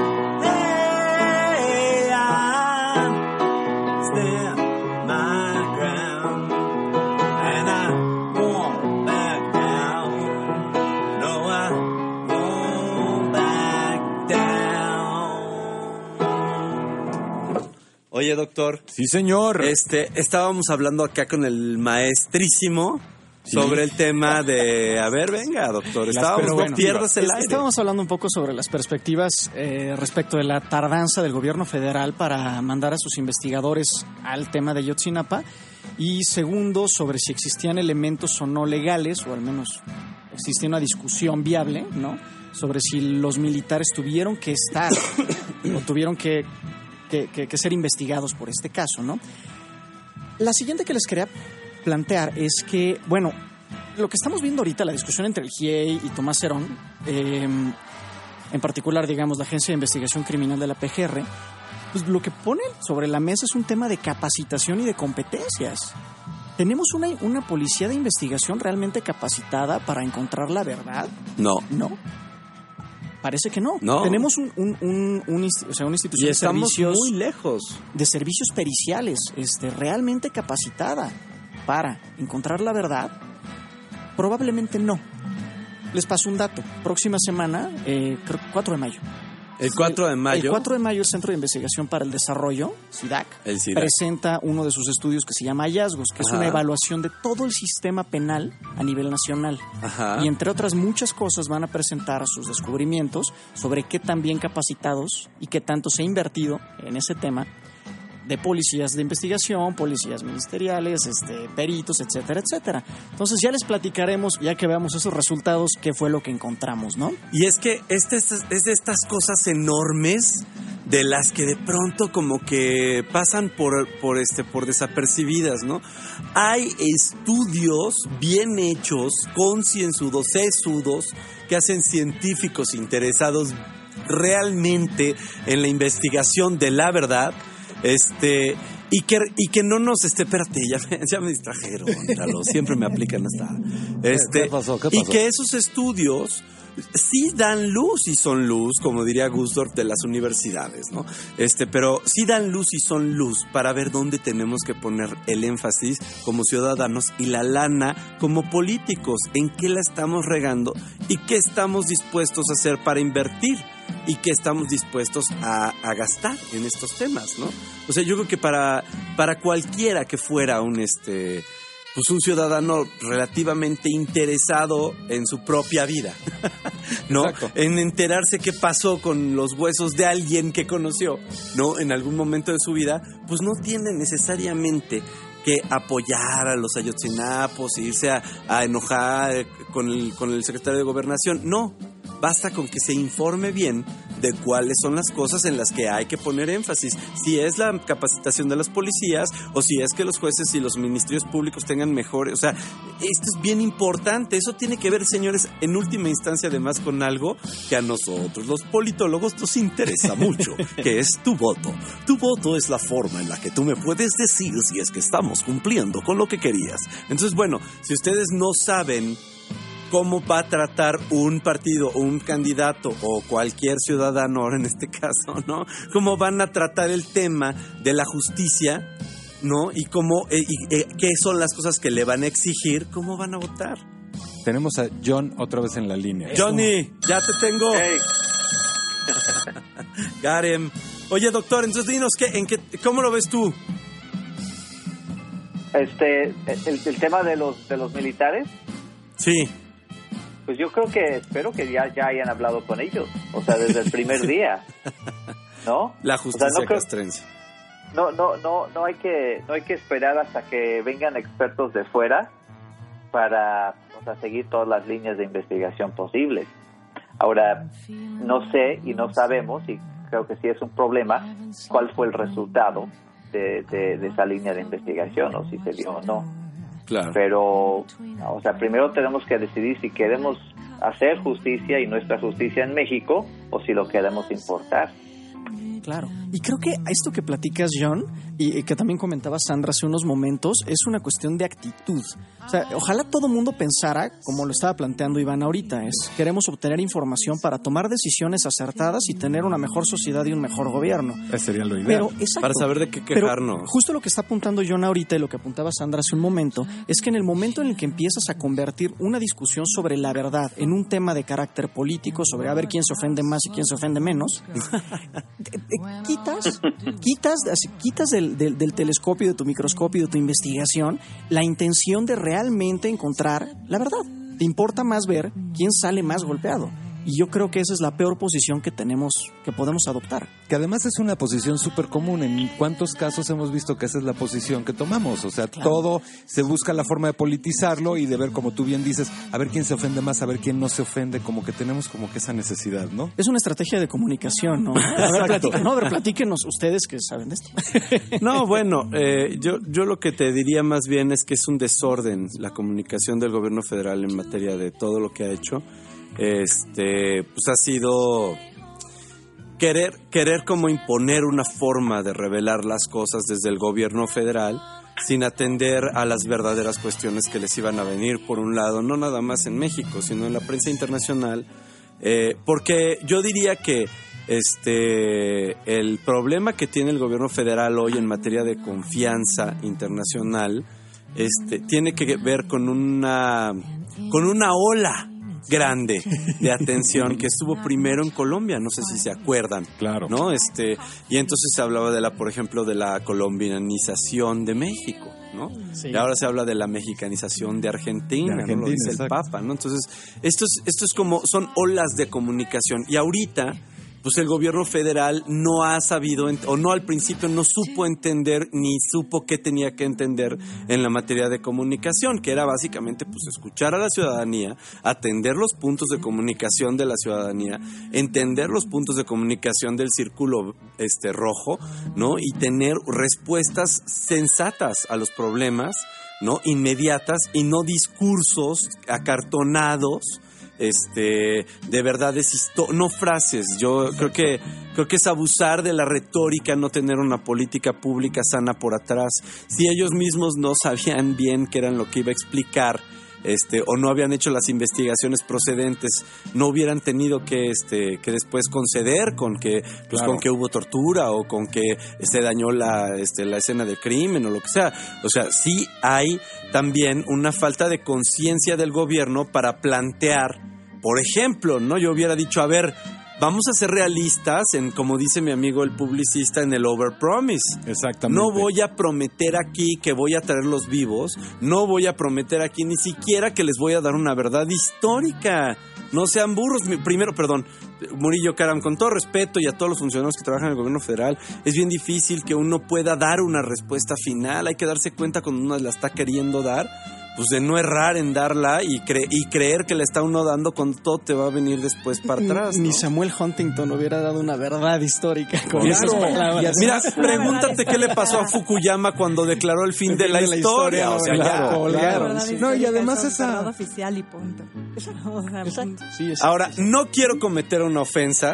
Hey, I stand my ground, and I won't back down. No, I won't back down. Oye, doctor. Sí, señor. Este, estábamos hablando acá con el maestrísimo Sí. sobre el tema de... A ver, venga, doctor. Las Estábamos, no perspectivas. pierdas el Es- aire. Estábamos hablando un poco sobre las perspectivas eh, respecto de la tardanza del gobierno federal para mandar a sus investigadores al tema de Ayotzinapa, y segundo, sobre si existían elementos o no legales, o al menos existía una discusión viable, ¿no?, sobre si los militares tuvieron que estar o tuvieron que, que, que- que ser investigados por este caso, ¿no? La siguiente que les quería plantear es que, bueno, lo que estamos viendo ahorita, la discusión entre el G I E I y Tomás Herón, eh, en particular, digamos, la Agencia de Investigación Criminal de la P G R, pues lo que pone sobre la mesa es un tema de capacitación y de competencias. ¿Tenemos una, una policía de investigación realmente capacitada para encontrar la verdad? No. No. Parece que no. No. Tenemos un, un, un, un, o sea, una institución y estamos de servicios muy lejos. de servicios periciales, este, realmente capacitada para encontrar la verdad. Probablemente no. Les paso un dato. Próxima semana, eh, creo cuatro de mayo. El cuatro de mayo. El cuatro de mayo, el Centro de Investigación para el Desarrollo, CIDAC, el CIDAC. presenta uno de sus estudios que se llama Hallazgos, que Ajá. es una evaluación de todo el sistema penal a nivel nacional. Ajá. Y entre otras muchas cosas van a presentar sus descubrimientos sobre qué tan bien capacitados y qué tanto se ha invertido en ese tema de policías de investigación, policías ministeriales, este, peritos, etcétera, etcétera. Entonces ya les platicaremos, ya que veamos esos resultados, qué fue lo que encontramos, ¿no? Y es que este es, es de estas cosas enormes de las que de pronto como que pasan por, por, este, por desapercibidas, ¿no? Hay estudios bien hechos, concienzudos, sesudos, que hacen científicos interesados realmente en la investigación de la verdad. Este, y que, y que no nos, este, espérate, ya me, ya me distrajeron, míralo, siempre me aplican hasta, este, ¿Qué pasó? ¿Qué pasó? Y que esos estudios sí dan luz y son luz, como diría Gusdorf, de las universidades, ¿no? Este, pero sí dan luz y son luz para ver dónde tenemos que poner el énfasis como ciudadanos y la lana como políticos, en qué la estamos regando y qué estamos dispuestos a hacer para invertir. Y que estamos dispuestos a, a gastar en estos temas, ¿no? O sea, yo creo que para, para cualquiera que fuera un este pues un ciudadano relativamente interesado en su propia vida, ¿no? Exacto. En enterarse qué pasó con los huesos de alguien que conoció, ¿no? En algún momento de su vida, pues no tiene necesariamente que apoyar a los ayotzinapos e irse a, a enojar con el, con el secretario de Gobernación. No, basta con que se informe bien de cuáles son las cosas en las que hay que poner énfasis. Si es la capacitación de las policías o si es que los jueces y los ministerios públicos tengan mejores... O sea, esto es bien importante. Eso tiene que ver, señores, en última instancia además con algo que a nosotros, los politólogos, nos interesa mucho, que es tu voto. Tu voto es la forma en la que tú me puedes decir si es que estamos cumpliendo con lo que querías. Entonces, bueno, si ustedes no saben cómo va a tratar un partido o un candidato o cualquier ciudadano ahora en este caso, ¿no? Cómo van a tratar el tema de la justicia, ¿no? Y cómo eh, y, eh, qué son las cosas que le van a exigir, cómo van a votar. Tenemos a John otra vez en la línea. Johnny, ya te tengo. Hey. Garem. Oye, doctor, entonces dinos qué, en qué, ¿cómo lo ves tú? Este, el, el tema de los de los militares. Sí. Pues yo creo que, espero que ya, ya hayan hablado con ellos, o sea, desde el primer día, ¿no? La justicia o sea, no creo, castrense. No, no, no, no hay que, no hay que esperar hasta que vengan expertos de fuera para, o sea, seguir todas las líneas de investigación posibles. Ahora, no sé y no sabemos, y creo que sí es un problema, cuál fue el resultado de, de, de esa línea de investigación, o si se dio o no. Claro. Pero, o sea, primero tenemos que decidir si queremos hacer justicia y nuestra justicia en México o si lo queremos importar. Claro. Y creo que esto que platicas, John, y que también comentaba Sandra hace unos momentos, es una cuestión de actitud. O sea, ojalá todo mundo pensara, como lo estaba planteando Iván ahorita, es queremos obtener información para tomar decisiones acertadas y tener una mejor sociedad y un mejor gobierno. Ese sería lo ideal. Pero, exacto, para saber de qué quejarnos. Pero justo lo que está apuntando John ahorita y lo que apuntaba Sandra hace un momento, es que en el momento en el que empiezas a convertir una discusión sobre la verdad en un tema de carácter político, sobre a ver quién se ofende más y quién se ofende menos, quitas, quitas, quitas del, del, del telescopio, de tu microscopio, de tu investigación, la intención de realmente encontrar la verdad. Te importa más ver quién sale más golpeado. Y yo creo que esa es la peor posición que tenemos, que podemos adoptar. Que además es una posición súper común. ¿En cuántos casos hemos visto que esa es la posición que tomamos? O sea, claro, todo se busca la forma de politizarlo y de ver, como tú bien dices, a ver quién se ofende más, a ver quién no se ofende, como que tenemos como que esa necesidad, ¿no? Es una estrategia de comunicación, ¿no? A ver, platíquenos, no, a ver, platíquenos ustedes que saben de esto. No, bueno, eh, yo, yo lo que te diría más bien es que es un desorden la comunicación del gobierno federal en materia de todo lo que ha hecho. Este, pues ha sido querer, querer como imponer una forma de revelar las cosas desde el gobierno federal sin atender a las verdaderas cuestiones que les iban a venir, por un lado, no nada más en México, sino en la prensa internacional, Eh, porque yo diría que este el problema que tiene el gobierno federal hoy en materia de confianza internacional este tiene que ver con una con una ola grande de atención que estuvo primero en Colombia, no sé si se acuerdan, claro, ¿no? Este, y entonces se hablaba de la, por ejemplo, de la colombianización de México, ¿no? Sí. Y ahora se habla de la mexicanización de Argentina, de Argentina, ¿no? Lo dice exacto. el Papa, ¿no? Entonces, esto es, esto es como, son olas de comunicación, y ahorita pues el gobierno federal no ha sabido, o no al principio no supo entender ni supo qué tenía que entender en la materia de comunicación, que era básicamente pues escuchar a la ciudadanía, atender los puntos de comunicación de la ciudadanía, entender los puntos de comunicación del círculo este rojo, ¿no? Y tener respuestas sensatas a los problemas, ¿no? Inmediatas, y no discursos acartonados, este de verdades histo- no frases. Yo creo que creo que es abusar de la retórica, no tener una política pública sana por atrás. Si ellos mismos no sabían bien qué eran lo que iba a explicar, este o no habían hecho las investigaciones procedentes, no hubieran tenido que este que después conceder con que pues claro. con que hubo tortura o con que se dañó la este la escena del crimen o lo que sea. O sea, sí hay también una falta de conciencia del gobierno para plantear, por ejemplo, ¿no? Yo hubiera dicho, a ver, vamos a ser realistas en, como dice mi amigo el publicista, en el overpromise. Exactamente. No voy a prometer aquí que voy a traerlos vivos, no voy a prometer aquí ni siquiera que les voy a dar una verdad histórica. No sean burros. Primero, perdón, Murillo Karam, con todo respeto y a todos los funcionarios que trabajan en el gobierno federal, es bien difícil que uno pueda dar una respuesta final. Hay que darse cuenta cuando uno la está queriendo dar, pues de no errar en darla y, cre- y creer que la está uno dando cuando todo te va a venir después para atrás, ¿no? Ni Samuel Huntington hubiera dado una verdad histórica con claro. esas palabras. Mira, pregúntate qué le pasó a Fukuyama cuando declaró el fin, el fin de, la, de la historia. historia. O sea, claro, ya, claro. claro. Sí. No, y además esa... verdad oficial y punto. O sea, exacto. Sí, exacto. Ahora, no quiero cometer una ofensa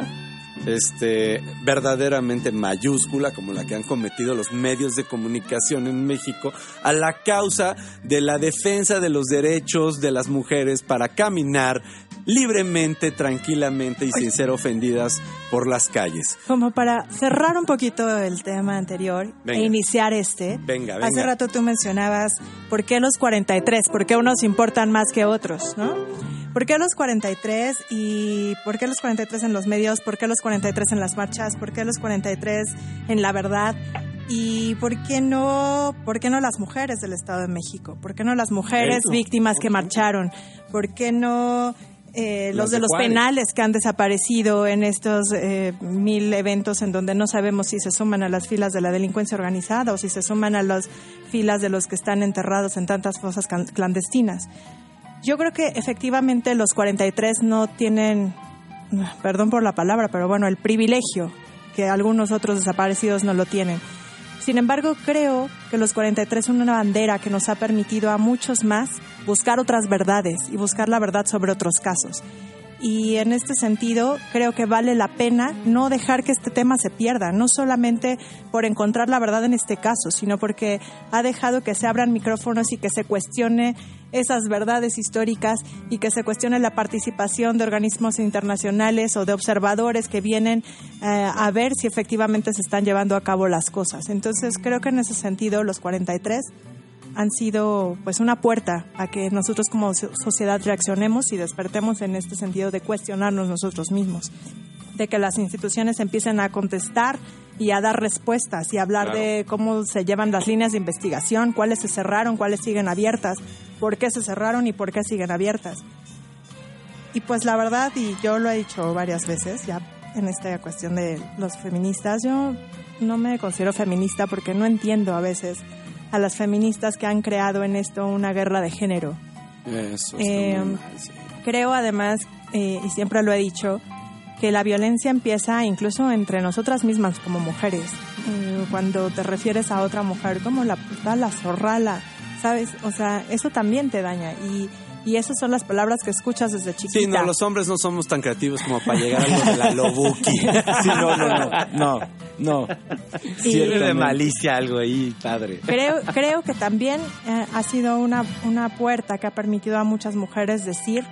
este verdaderamente mayúscula como la que han cometido los medios de comunicación en México a la causa de la defensa de los derechos de las mujeres para caminar libremente, tranquilamente y sin ser ofendidas por las calles. Como para cerrar un poquito el tema anterior venga. E iniciar este. Venga, venga. Hace rato tú mencionabas por qué los cuarenta y tres, por qué unos importan más que otros, ¿no? ¿Por qué los cuarenta y tres y por qué los cuarenta y tres en los medios? ¿Por qué los cuarenta y tres en las marchas? ¿Por qué los cuarenta y tres en la verdad? ¿Y por qué no, por qué no las mujeres del Estado de México? ¿Por qué no las mujeres Eso. víctimas que marcharon? ¿Por qué no eh, los de, de los Juárez. penales que han desaparecido en estos eh, mil eventos en donde no sabemos si se suman a las filas de la delincuencia organizada o si se suman a las filas de los que están enterrados en tantas fosas clandestinas? Yo creo que efectivamente los cuarenta y tres no tienen, perdón por la palabra, pero bueno, el privilegio que algunos otros desaparecidos no lo tienen. Sin embargo, creo que los cuarenta y tres son una bandera que nos ha permitido a muchos más buscar otras verdades y buscar la verdad sobre otros casos. Y en este sentido, creo que vale la pena no dejar que este tema se pierda, no solamente por encontrar la verdad en este caso, sino porque ha dejado que se abran micrófonos y que se cuestione esas verdades históricas y que se cuestione la participación de organismos internacionales o de observadores que vienen eh, a ver si efectivamente se están llevando a cabo las cosas. Entonces, creo que en ese sentido los cuarenta y tres han sido pues una puerta a que nosotros como sociedad reaccionemos y despertemos en este sentido de cuestionarnos nosotros mismos, de que las instituciones empiecen a contestar y a dar respuestas y hablar claro. de cómo se llevan las líneas de investigación, cuáles se cerraron, cuáles siguen abiertas, por qué se cerraron y por qué siguen abiertas. Y pues la verdad, y yo lo he dicho varias veces ya en esta cuestión de los feministas, yo no me considero feminista porque no entiendo a veces a las feministas que han creado en esto una guerra de género. Eso está eh, muy mal, sí. Creo además, eh, y siempre lo he dicho, que la violencia empieza incluso entre nosotras mismas como mujeres. Eh, cuando te refieres a otra mujer como la puta, la zorra, la, ¿sabes? O sea, eso también te daña y... Y esas son las palabras que escuchas desde chiquita. Sí, no, los hombres no somos tan creativos como para llegar a lo de la lobuki. Sí, no, no, no, no, no. Tiene de malicia algo ahí, padre. Creo, creo que también eh, ha sido una, una puerta que ha permitido a muchas mujeres decir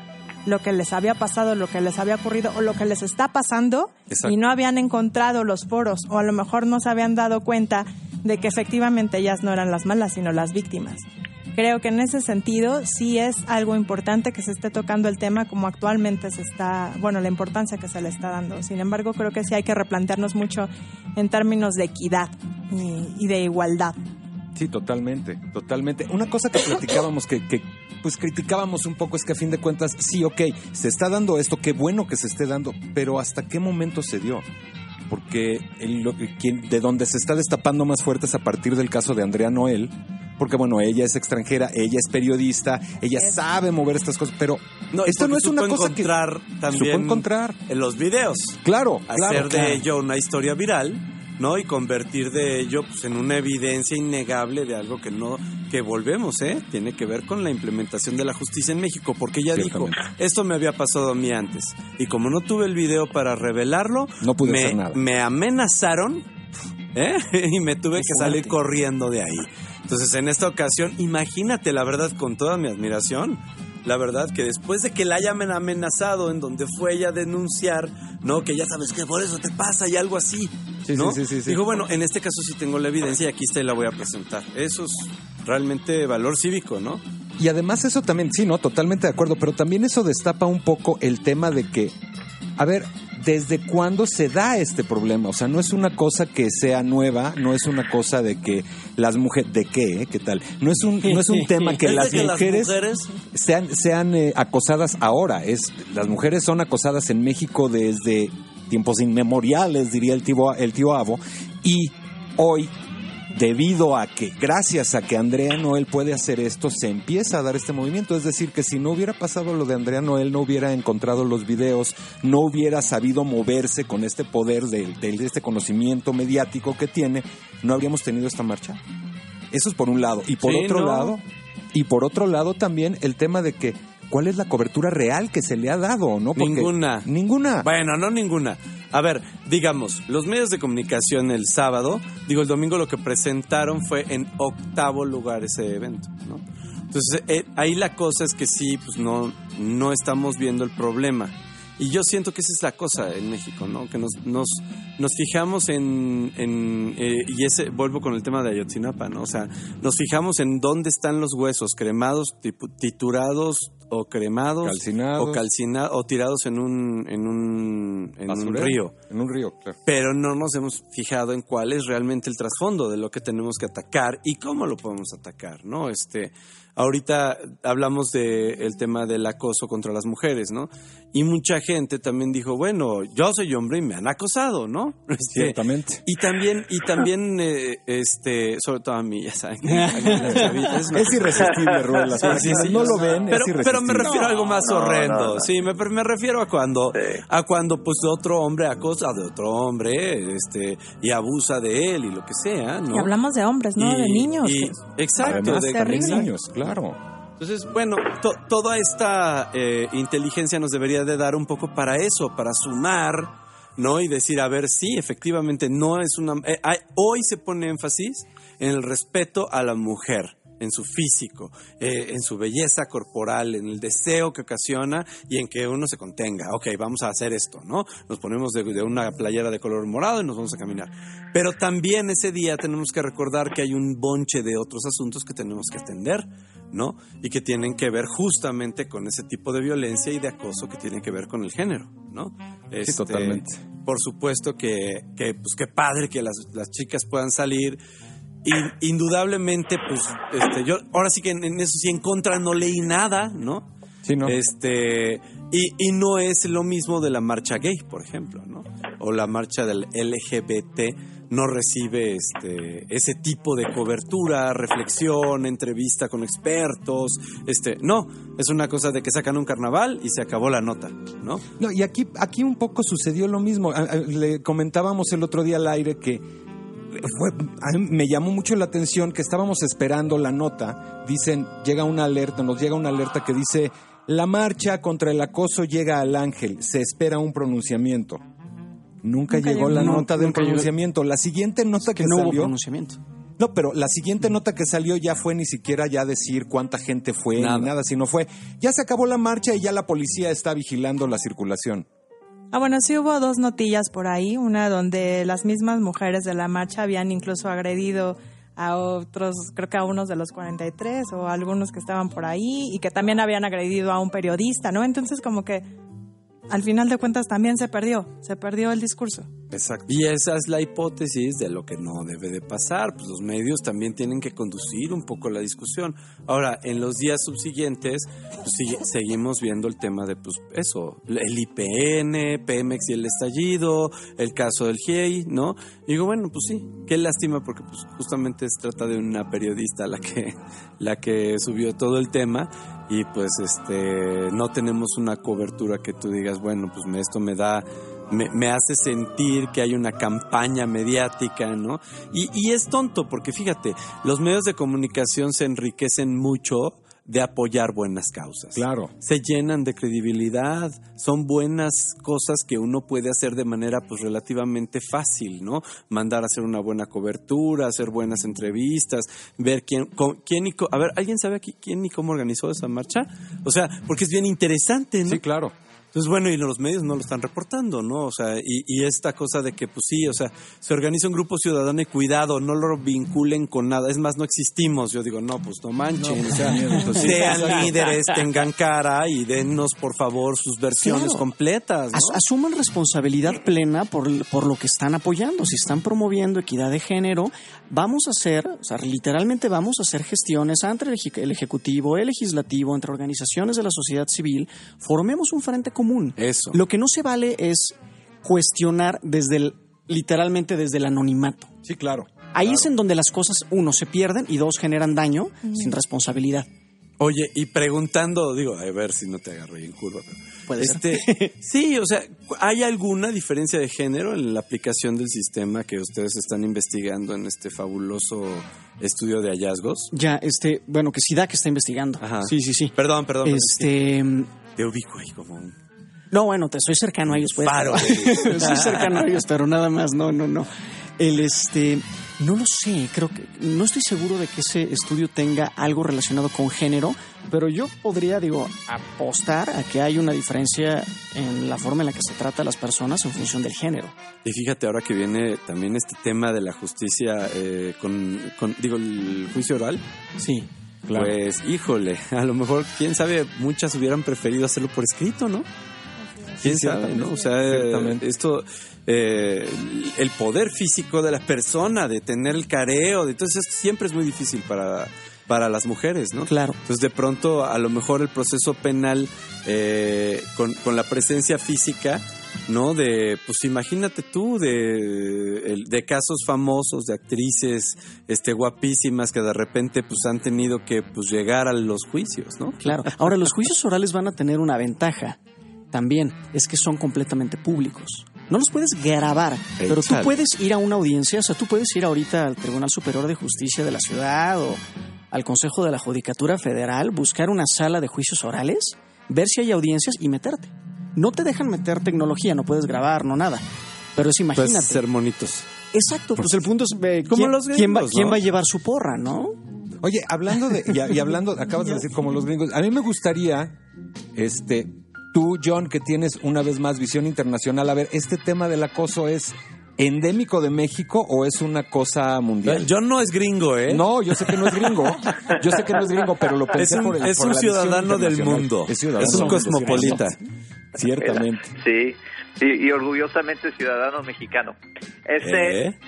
lo que les había pasado, lo que les había ocurrido o lo que les está pasando. Exacto. Y no habían encontrado los foros o a lo mejor no se habían dado cuenta de que efectivamente ellas no eran las malas, sino las víctimas. Creo que en ese sentido sí es algo importante que se esté tocando el tema como actualmente se está, bueno, la importancia que se le está dando. Sin embargo, creo que sí hay que replantearnos mucho en términos de equidad y, y de igualdad. Sí, totalmente, totalmente. Una cosa que platicábamos, que, que pues criticábamos un poco, es que a fin de cuentas, sí, ok, se está dando esto, qué bueno que se esté dando, pero ¿hasta qué momento se dio? Porque el, lo, quien, de donde se está destapando más fuerte es a partir del caso de Andrea Noel, porque bueno, ella es extranjera, ella es periodista, ella es. sabe mover estas cosas, pero no, esto no es una cosa encontrar que también supo encontrar en los videos. Claro, hacer claro, de claro. ello una historia viral, ¿no? Y convertir de ello pues en una evidencia innegable de algo que no, que volvemos, ¿eh? Tiene que ver con la implementación de la justicia en México, porque ella dijo, esto me había pasado a mí antes, y como no tuve el video para revelarlo, no pude me, hacer nada. me amenazaron, ¿eh? Y me tuve Qué que fuerte. salir corriendo de ahí. Entonces, en esta ocasión, imagínate, la verdad, con toda mi admiración, la verdad que después de que la hayan amenazado en donde fue ella a denunciar, ¿no? Que ya sabes que por eso te pasa y algo así, sí, ¿no? Sí, sí, sí, sí. Digo, bueno, en este caso sí tengo la evidencia y aquí está y la voy a presentar. Eso es realmente valor cívico, ¿no? Y además eso también, sí, ¿no? Totalmente de acuerdo, pero también eso destapa un poco el tema de que, a ver, ¿desde cuándo se da este problema? O sea, no es una cosa que sea nueva, no es una cosa de que las mujeres... ¿De qué? Eh? ¿Qué tal? No es un, no es un tema que, las, que mujeres las mujeres sean, sean eh, acosadas ahora. Es, las mujeres son acosadas en México desde tiempos inmemoriales, diría el tío, el tío Avo, y hoy, debido a que, gracias a que Andrea Noel puede hacer esto, se empieza a dar este movimiento. Es decir, que si no hubiera pasado lo de Andrea Noel, no hubiera encontrado los videos, no hubiera sabido moverse con este poder de, de este conocimiento mediático que tiene, no habríamos tenido esta marcha. Eso es por un lado. Y por sí, otro no. lado, y por otro lado también el tema de que ¿cuál es la cobertura real que se le ha dado, no? Porque ninguna. Ninguna. Bueno, no ninguna. A ver, digamos, los medios de comunicación el sábado, digo, el domingo lo que presentaron fue en octavo lugar ese evento, ¿no? Entonces, eh, ahí la cosa es que sí, pues no, no estamos viendo el problema. Y yo siento que esa es la cosa en México, ¿no? Que nos nos, nos fijamos en... en eh, y ese vuelvo con el tema de Ayotzinapa, ¿no? O sea, nos fijamos en dónde están los huesos, cremados, tipu, titurados o cremados. Calcinados. O calcinados, o tirados en un, en un, en un río. En un río, claro. Pero no nos hemos fijado en cuál es realmente el trasfondo de lo que tenemos que atacar y cómo lo podemos atacar, ¿no? Este... Ahorita hablamos del tema del acoso contra las mujeres, ¿no? Y mucha gente también dijo, bueno, yo soy hombre y me han acosado, ¿no? Este, Ciertamente. Y también, y también eh, este, sobre todo a mí, ya saben. Es, es irresistible, Rubén, las sí, sí, sí, no lo ven, pero, es irresistible. Pero me refiero a algo más no, horrendo. No, no. Sí, me, me refiero a cuando, sí. a cuando pues otro hombre acosa de otro hombre, este, y abusa de él y lo que sea, ¿no? Y hablamos de hombres, ¿no? Y, de niños. Y, exacto, además, de, de niños, claro. Entonces, bueno, to, toda esta eh, inteligencia nos debería de dar un poco para eso, para sumar, ¿no? Y decir, a ver, sí, efectivamente, no es una... Eh, hay, hoy se pone énfasis en el respeto a la mujer, en su físico, eh, en su belleza corporal, en el deseo que ocasiona y en que uno se contenga. Ok, vamos a hacer esto, ¿no? Nos ponemos de, de una playera de color morado y nos vamos a caminar. Pero también ese día tenemos que recordar que hay un bonche de otros asuntos que tenemos que atender, ¿no? Y que tienen que ver justamente con ese tipo de violencia y de acoso que tienen que ver con el género, ¿no? Este, sí, totalmente. Por supuesto que, que pues qué padre que las, las chicas puedan salir. Y indudablemente, pues, este, yo ahora sí que en, en eso sí en contra no leí nada, ¿no? Sí, ¿no? Este, y, y no es lo mismo de la marcha gay, por ejemplo, ¿no? O la marcha del L G B T no recibe este, ese tipo de cobertura, reflexión, entrevista con expertos, este, no, es una cosa de que sacan un carnaval y se acabó la nota, ¿no? No, y aquí, aquí un poco sucedió lo mismo. Le comentábamos el otro día al aire que Fue, a mí me llamó mucho la atención que estábamos esperando la nota. Dicen, llega una alerta, nos llega una alerta que dice: la marcha contra el acoso llega al Ángel, se espera un pronunciamiento. Nunca, nunca llegó, llegó la nunca, nota del pronunciamiento. Llegó. La siguiente nota que, que no salió, hubo pronunciamiento. No, pero la siguiente nota que salió ya fue ni siquiera ya decir cuánta gente fue, nada. ni nada, sino fue, ya se acabó la marcha y ya la policía está vigilando la circulación. Ah, bueno, sí hubo dos notillas por ahí, una donde las mismas mujeres de la marcha habían incluso agredido a otros, creo que a unos de los cuarenta y tres o a algunos que estaban por ahí y que también habían agredido a un periodista, ¿no? Entonces como que al final de cuentas también se perdió, se perdió el discurso. Exacto. Y esa es la hipótesis de lo que no debe de pasar. Pues los medios también tienen que conducir un poco la discusión. Ahora, en los días subsiguientes, pues, sigue, seguimos viendo el tema de, pues, eso, el I P N, Pemex y el estallido, el caso del G I E I, ¿no? Y digo, bueno, pues sí, qué lástima porque pues justamente se trata de una periodista la que, la que subió todo el tema y pues este no tenemos una cobertura que tú digas, bueno, pues me, esto me da... Me, me hace sentir que hay una campaña mediática, ¿no? Y, y es tonto porque fíjate, los medios de comunicación se enriquecen mucho de apoyar buenas causas. Claro. Se llenan de credibilidad, son buenas cosas que uno puede hacer de manera pues relativamente fácil, ¿no? Mandar a hacer una buena cobertura, hacer buenas entrevistas, ver quién, con, quién y co- a ver, ¿alguien sabe aquí quién y cómo organizó esa marcha? O sea, porque es bien interesante, ¿no? Sí, claro. Entonces, bueno, y los medios no lo están reportando, ¿no? O sea, y, y esta cosa de que, pues sí, o sea, se organiza un grupo ciudadano y cuidado, no lo vinculen con nada. Es más, no existimos. Yo digo, no, pues no manchen. No, o sea, pues, sean sí, líderes, tengan cara y dennos, por favor, sus versiones claro. completas, ¿no? As- asuman responsabilidad plena por, por lo que están apoyando. Si están promoviendo equidad de género, vamos a hacer, o sea, literalmente vamos a hacer gestiones entre el, eje- el Ejecutivo, el Legislativo, entre organizaciones de la sociedad civil. Formemos un frente común. Eso. Lo que no se vale es cuestionar desde el, literalmente desde el anonimato. Sí, claro. Ahí claro. es en donde las cosas, uno, se pierden y dos, generan daño uh-huh. sin responsabilidad. Oye, y preguntando, digo, a ver si no te agarro ahí en curva, pero puede este, ser. Sí, o sea, ¿hay alguna diferencia de género en la aplicación del sistema que ustedes están investigando en este fabuloso estudio de hallazgos? Ya, este, bueno, que SIDAC está investigando. Ajá. Sí, sí, sí. Perdón, perdón. Este, perdón, te ubico ahí como un... No, bueno, te soy cercano a ellos, pues. Paro. Soy cercano a ellos, pero nada más, no, no, no. El este, no lo sé, creo que no estoy seguro de que ese estudio tenga algo relacionado con género, pero yo podría, digo, apostar a que hay una diferencia en la forma en la que se trata a las personas en función del género. Y fíjate ahora que viene también este tema de la justicia eh, con, con, digo, el juicio oral. Sí. Claro. Pues, híjole, a lo mejor, quién sabe, muchas hubieran preferido hacerlo por escrito, ¿no? ¿Quién sí, sabe, no? O sea, esto, eh, el poder físico de la persona, de tener el careo, de, entonces siempre es muy difícil para, para las mujeres, ¿no? Claro. Entonces, de pronto, a lo mejor el proceso penal eh, con, con la presencia física, ¿no? De, pues imagínate tú, de, de casos famosos de actrices este, guapísimas que de repente pues han tenido que pues llegar a los juicios, ¿no? Claro. Ahora, los juicios orales van a tener una ventaja también, es que son completamente públicos. No los puedes grabar, Ey, pero chale. tú puedes ir a una audiencia, o sea, tú puedes ir ahorita al Tribunal Superior de Justicia de la ciudad o al Consejo de la Judicatura Federal, buscar una sala de juicios orales, ver si hay audiencias y meterte. No te dejan meter tecnología, no puedes grabar, no nada. Pero es, imagínate. Puedes ser monitos. Exacto, pues el punto es eh, como ¿quién, los gringos, ¿quién, va, ¿no? ¿quién va a llevar su porra, no? Oye, hablando de, y, y hablando, acabas de decir como los gringos, a mí me gustaría, este, tú, John, que tienes una vez más visión internacional, a ver, ¿este tema del acoso es endémico de México o es una cosa mundial? John no es gringo, ¿eh? No, yo sé que no es gringo, yo sé que no es gringo, pero lo pensé es un, por el Es por un la ciudadano del internacional. mundo, es, ciudadano es un cosmopolita. Ciertamente. Sí, sí, y orgullosamente ciudadano mexicano. Este, ¿Eh?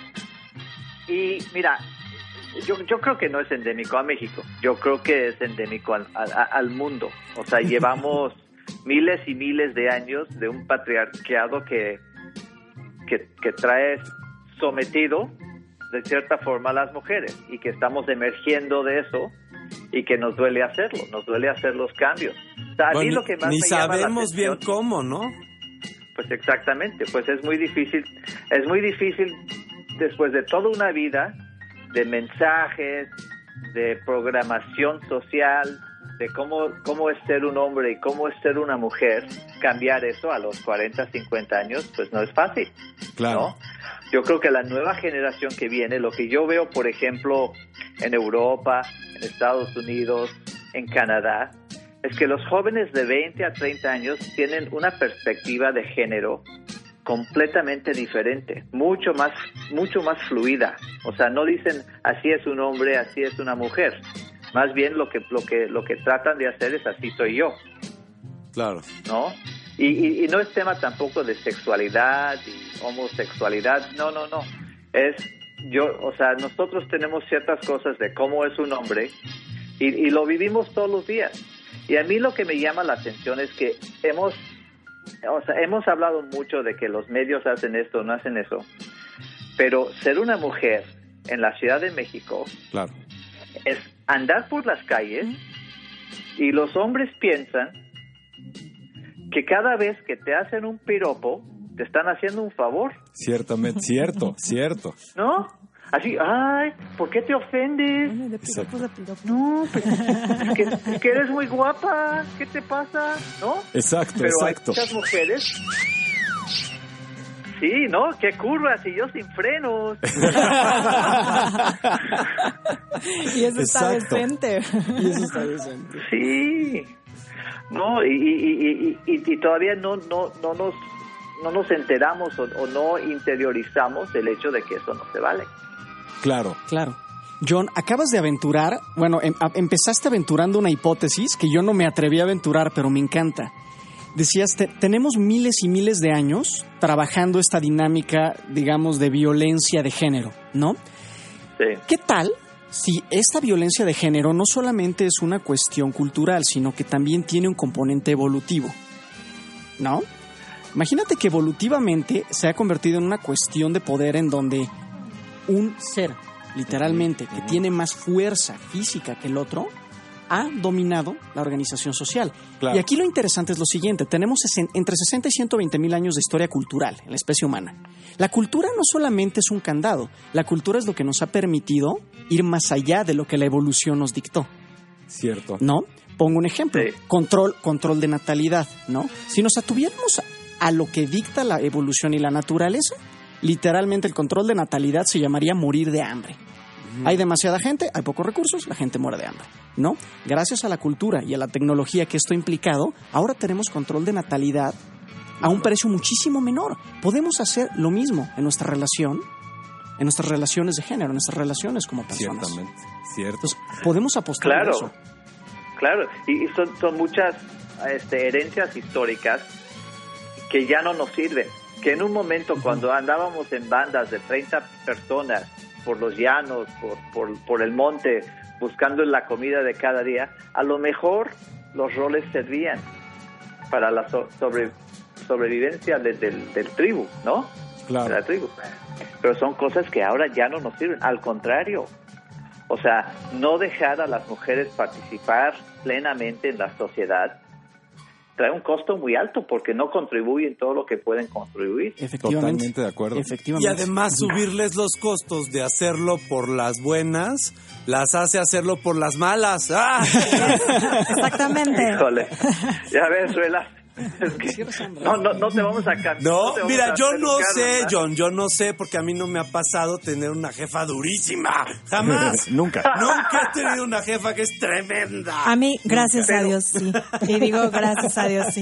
Y mira, yo, yo creo que no es endémico a México, yo creo que es endémico al, al, al mundo. O sea, llevamos miles y miles de años de un patriarcado que, que, que trae sometido de cierta forma a las mujeres y que estamos emergiendo de eso y que nos duele hacerlo, nos duele hacer los cambios. O sea, a bueno, mí lo que más ni me llama sabemos la bien atención, cómo, ¿no? Pues exactamente, pues es muy difícil, es muy difícil después de toda una vida de mensajes, de programación social, de cómo, cómo es ser un hombre y cómo es ser una mujer, cambiar eso a los cuarenta, cincuenta años, pues no es fácil. Claro. ¿no? Yo creo que la nueva generación que viene, lo que yo veo, por ejemplo, en Europa, en Estados Unidos, en Canadá, es que los jóvenes de veinte a treinta años tienen una perspectiva de género completamente diferente, mucho más, mucho más fluida. O sea, no dicen así es un hombre, así es una mujer. Más bien lo que, lo que, lo que tratan de hacer es así soy yo. Claro. ¿No? Y, y, y no es tema tampoco de sexualidad y homosexualidad, no, no, no. Es, yo, o sea, nosotros tenemos ciertas cosas de cómo es un hombre y, y lo vivimos todos los días. Y a mí lo que me llama la atención es que hemos, o sea, hemos hablado mucho de que los medios hacen esto, no hacen eso, pero ser una mujer en la Ciudad de México, claro, es andar por las calles y los hombres piensan que cada vez que te hacen un piropo, te están haciendo un favor. Ciertamente, cierto, cierto. ¿No? Así, ay, ¿por qué te ofendes? No, pero es que, es que eres muy guapa, ¿qué te pasa? ¿No? Exacto, pero exacto. Hay muchas mujeres... Sí, ¿no? ¡Qué curvas! Y yo sin frenos. Y eso está Exacto. decente. Y eso está decente. Sí. No, y, y, y, y, y todavía no, no, no nos no nos enteramos o, o no interiorizamos el hecho de que eso no se vale. Claro. Claro. John, acabas de aventurar, bueno, em, a, empezaste aventurando una hipótesis que yo no me atreví a aventurar, pero me encanta. Decías, te, tenemos miles y miles de años trabajando esta dinámica, digamos, de violencia de género, ¿no? Sí. ¿Qué tal si esta violencia de género no solamente es una cuestión cultural, sino que también tiene un componente evolutivo, ¿no? Imagínate que evolutivamente se ha convertido en una cuestión de poder en donde un ser, literalmente, que tiene más fuerza física que el otro, ha dominado la organización social. Claro. Y aquí lo interesante es lo siguiente, tenemos entre sesenta y ciento veinte mil años de historia cultural en la especie humana. La cultura no solamente es un candado, la cultura es lo que nos ha permitido ir más allá de lo que la evolución nos dictó. Cierto. ¿No? Pongo un ejemplo, Sí. control, control de natalidad, ¿no? Si nos atuviéramos a, a lo que dicta la evolución y la naturaleza, literalmente el control de natalidad se llamaría morir de hambre. Hay demasiada gente, hay pocos recursos, la gente muere de hambre, ¿no? Gracias a la cultura y a la tecnología que esto ha implicado, ahora tenemos control de natalidad a un precio muchísimo menor. Podemos hacer lo mismo en nuestra relación, en nuestras relaciones de género, en nuestras relaciones como personas. Ciertamente, cierto. Entonces, podemos apostar Claro, a eso. claro. Y, y son, son muchas este, herencias históricas que ya no nos sirven. Que en un momento, cuando andábamos en bandas de treinta personas por los llanos, por, por, por el monte, buscando la comida de cada día, a lo mejor los roles servían para la so- sobre, sobrevivencia de, del, del tribu, ¿no? Claro. De la tribu. Pero son cosas que ahora ya no nos sirven, al contrario. O sea, no dejar a las mujeres participar plenamente en la sociedad trae un costo muy alto porque no contribuyen todo lo que pueden contribuir. Efectivamente. Totalmente de acuerdo. Y Efectivamente. además subirles los costos de hacerlo por las buenas, las hace hacerlo por las malas. ¡Ah! Exactamente. Híjole, ya ves, Ruela. Es que no, no, no te vamos a cambiar. No, te vamos mira, a yo hacer no un sé, carro, John, yo no sé, porque a mí no me ha pasado tener una jefa durísima. Jamás. Nunca. Nunca he tenido una jefa que es tremenda. A mí, gracias Pero- a Dios, sí. Y digo, gracias a Dios, sí.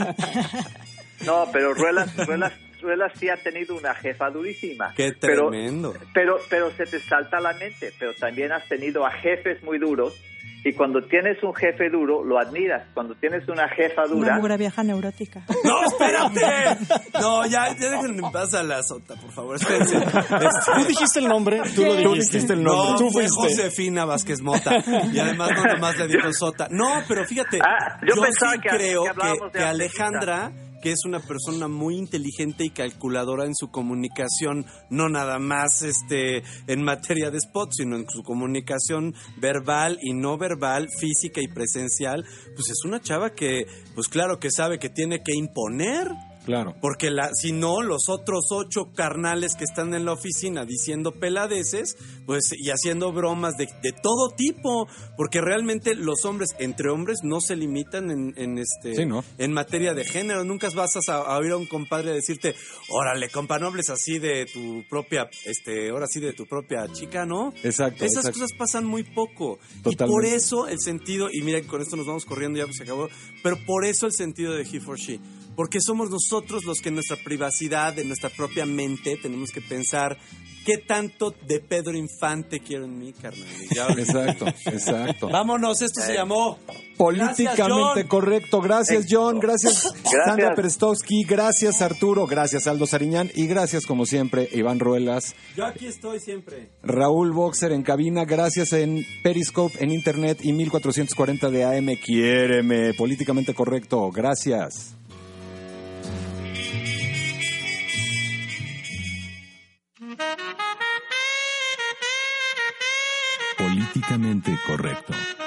No, pero Ruelas, Ruelas, Ruelas sí ha tenido una jefa durísima. Qué Pero- tremendo. Pero, pero se te salta a la mente. Pero también has tenido a jefes muy duros. Y cuando tienes un jefe duro, lo admiras. Cuando tienes una jefa Una dura, mugre vieja neurótica. No, espérate. No, ya, ya déjenme en paz a la sota, por favor. Espérense. Tú dijiste el nombre, tú lo Tú dijiste. dijiste el nombre. No, Tú fue fuiste. Josefina Vázquez Mota. Y además no nomás le dijo Sota. No, pero fíjate, Ah, yo yo, pensaba sí que- creo que que, hablábamos de que Angelita. Alejandra, que es una persona muy inteligente y calculadora en su comunicación, no nada más este en materia de spot, sino en su comunicación verbal y no verbal, física y presencial, pues es una chava que, pues claro que sabe que tiene que imponer Claro. Porque la, si no, los otros ocho carnales que están en la oficina diciendo peladeces, pues, y haciendo bromas de, de todo tipo, porque realmente los hombres, entre hombres, no se limitan en, en este, sí, ¿no? en materia de género. Nunca vas a, a oír a un compadre decirte, órale, compa, no hables así de tu propia, este, ahora sí de tu propia chica, ¿no? Exacto. Esas exacto. cosas pasan muy poco. Totalmente. Y por eso el sentido, y mira, con esto nos vamos corriendo, ya pues se acabó, pero por eso el sentido de He for She. Porque somos nosotros los que en nuestra privacidad, en nuestra propia mente, tenemos que pensar qué tanto de Pedro Infante quiero en mí, carnal. Ya, exacto, exacto. Vámonos, esto se llamó Políticamente Gracias, Correcto. Gracias, John. Gracias, Gracias. Sandra Perestowski. Gracias, Arturo. Gracias, Aldo Sariñán. Y gracias, como siempre, Iván Ruelas. Yo aquí estoy siempre. Raúl Boxer en cabina. Gracias en Periscope, en Internet y mil cuatrocientos cuarenta de A M. Quiéreme. Políticamente Correcto. Gracias. Políticamente Correcto.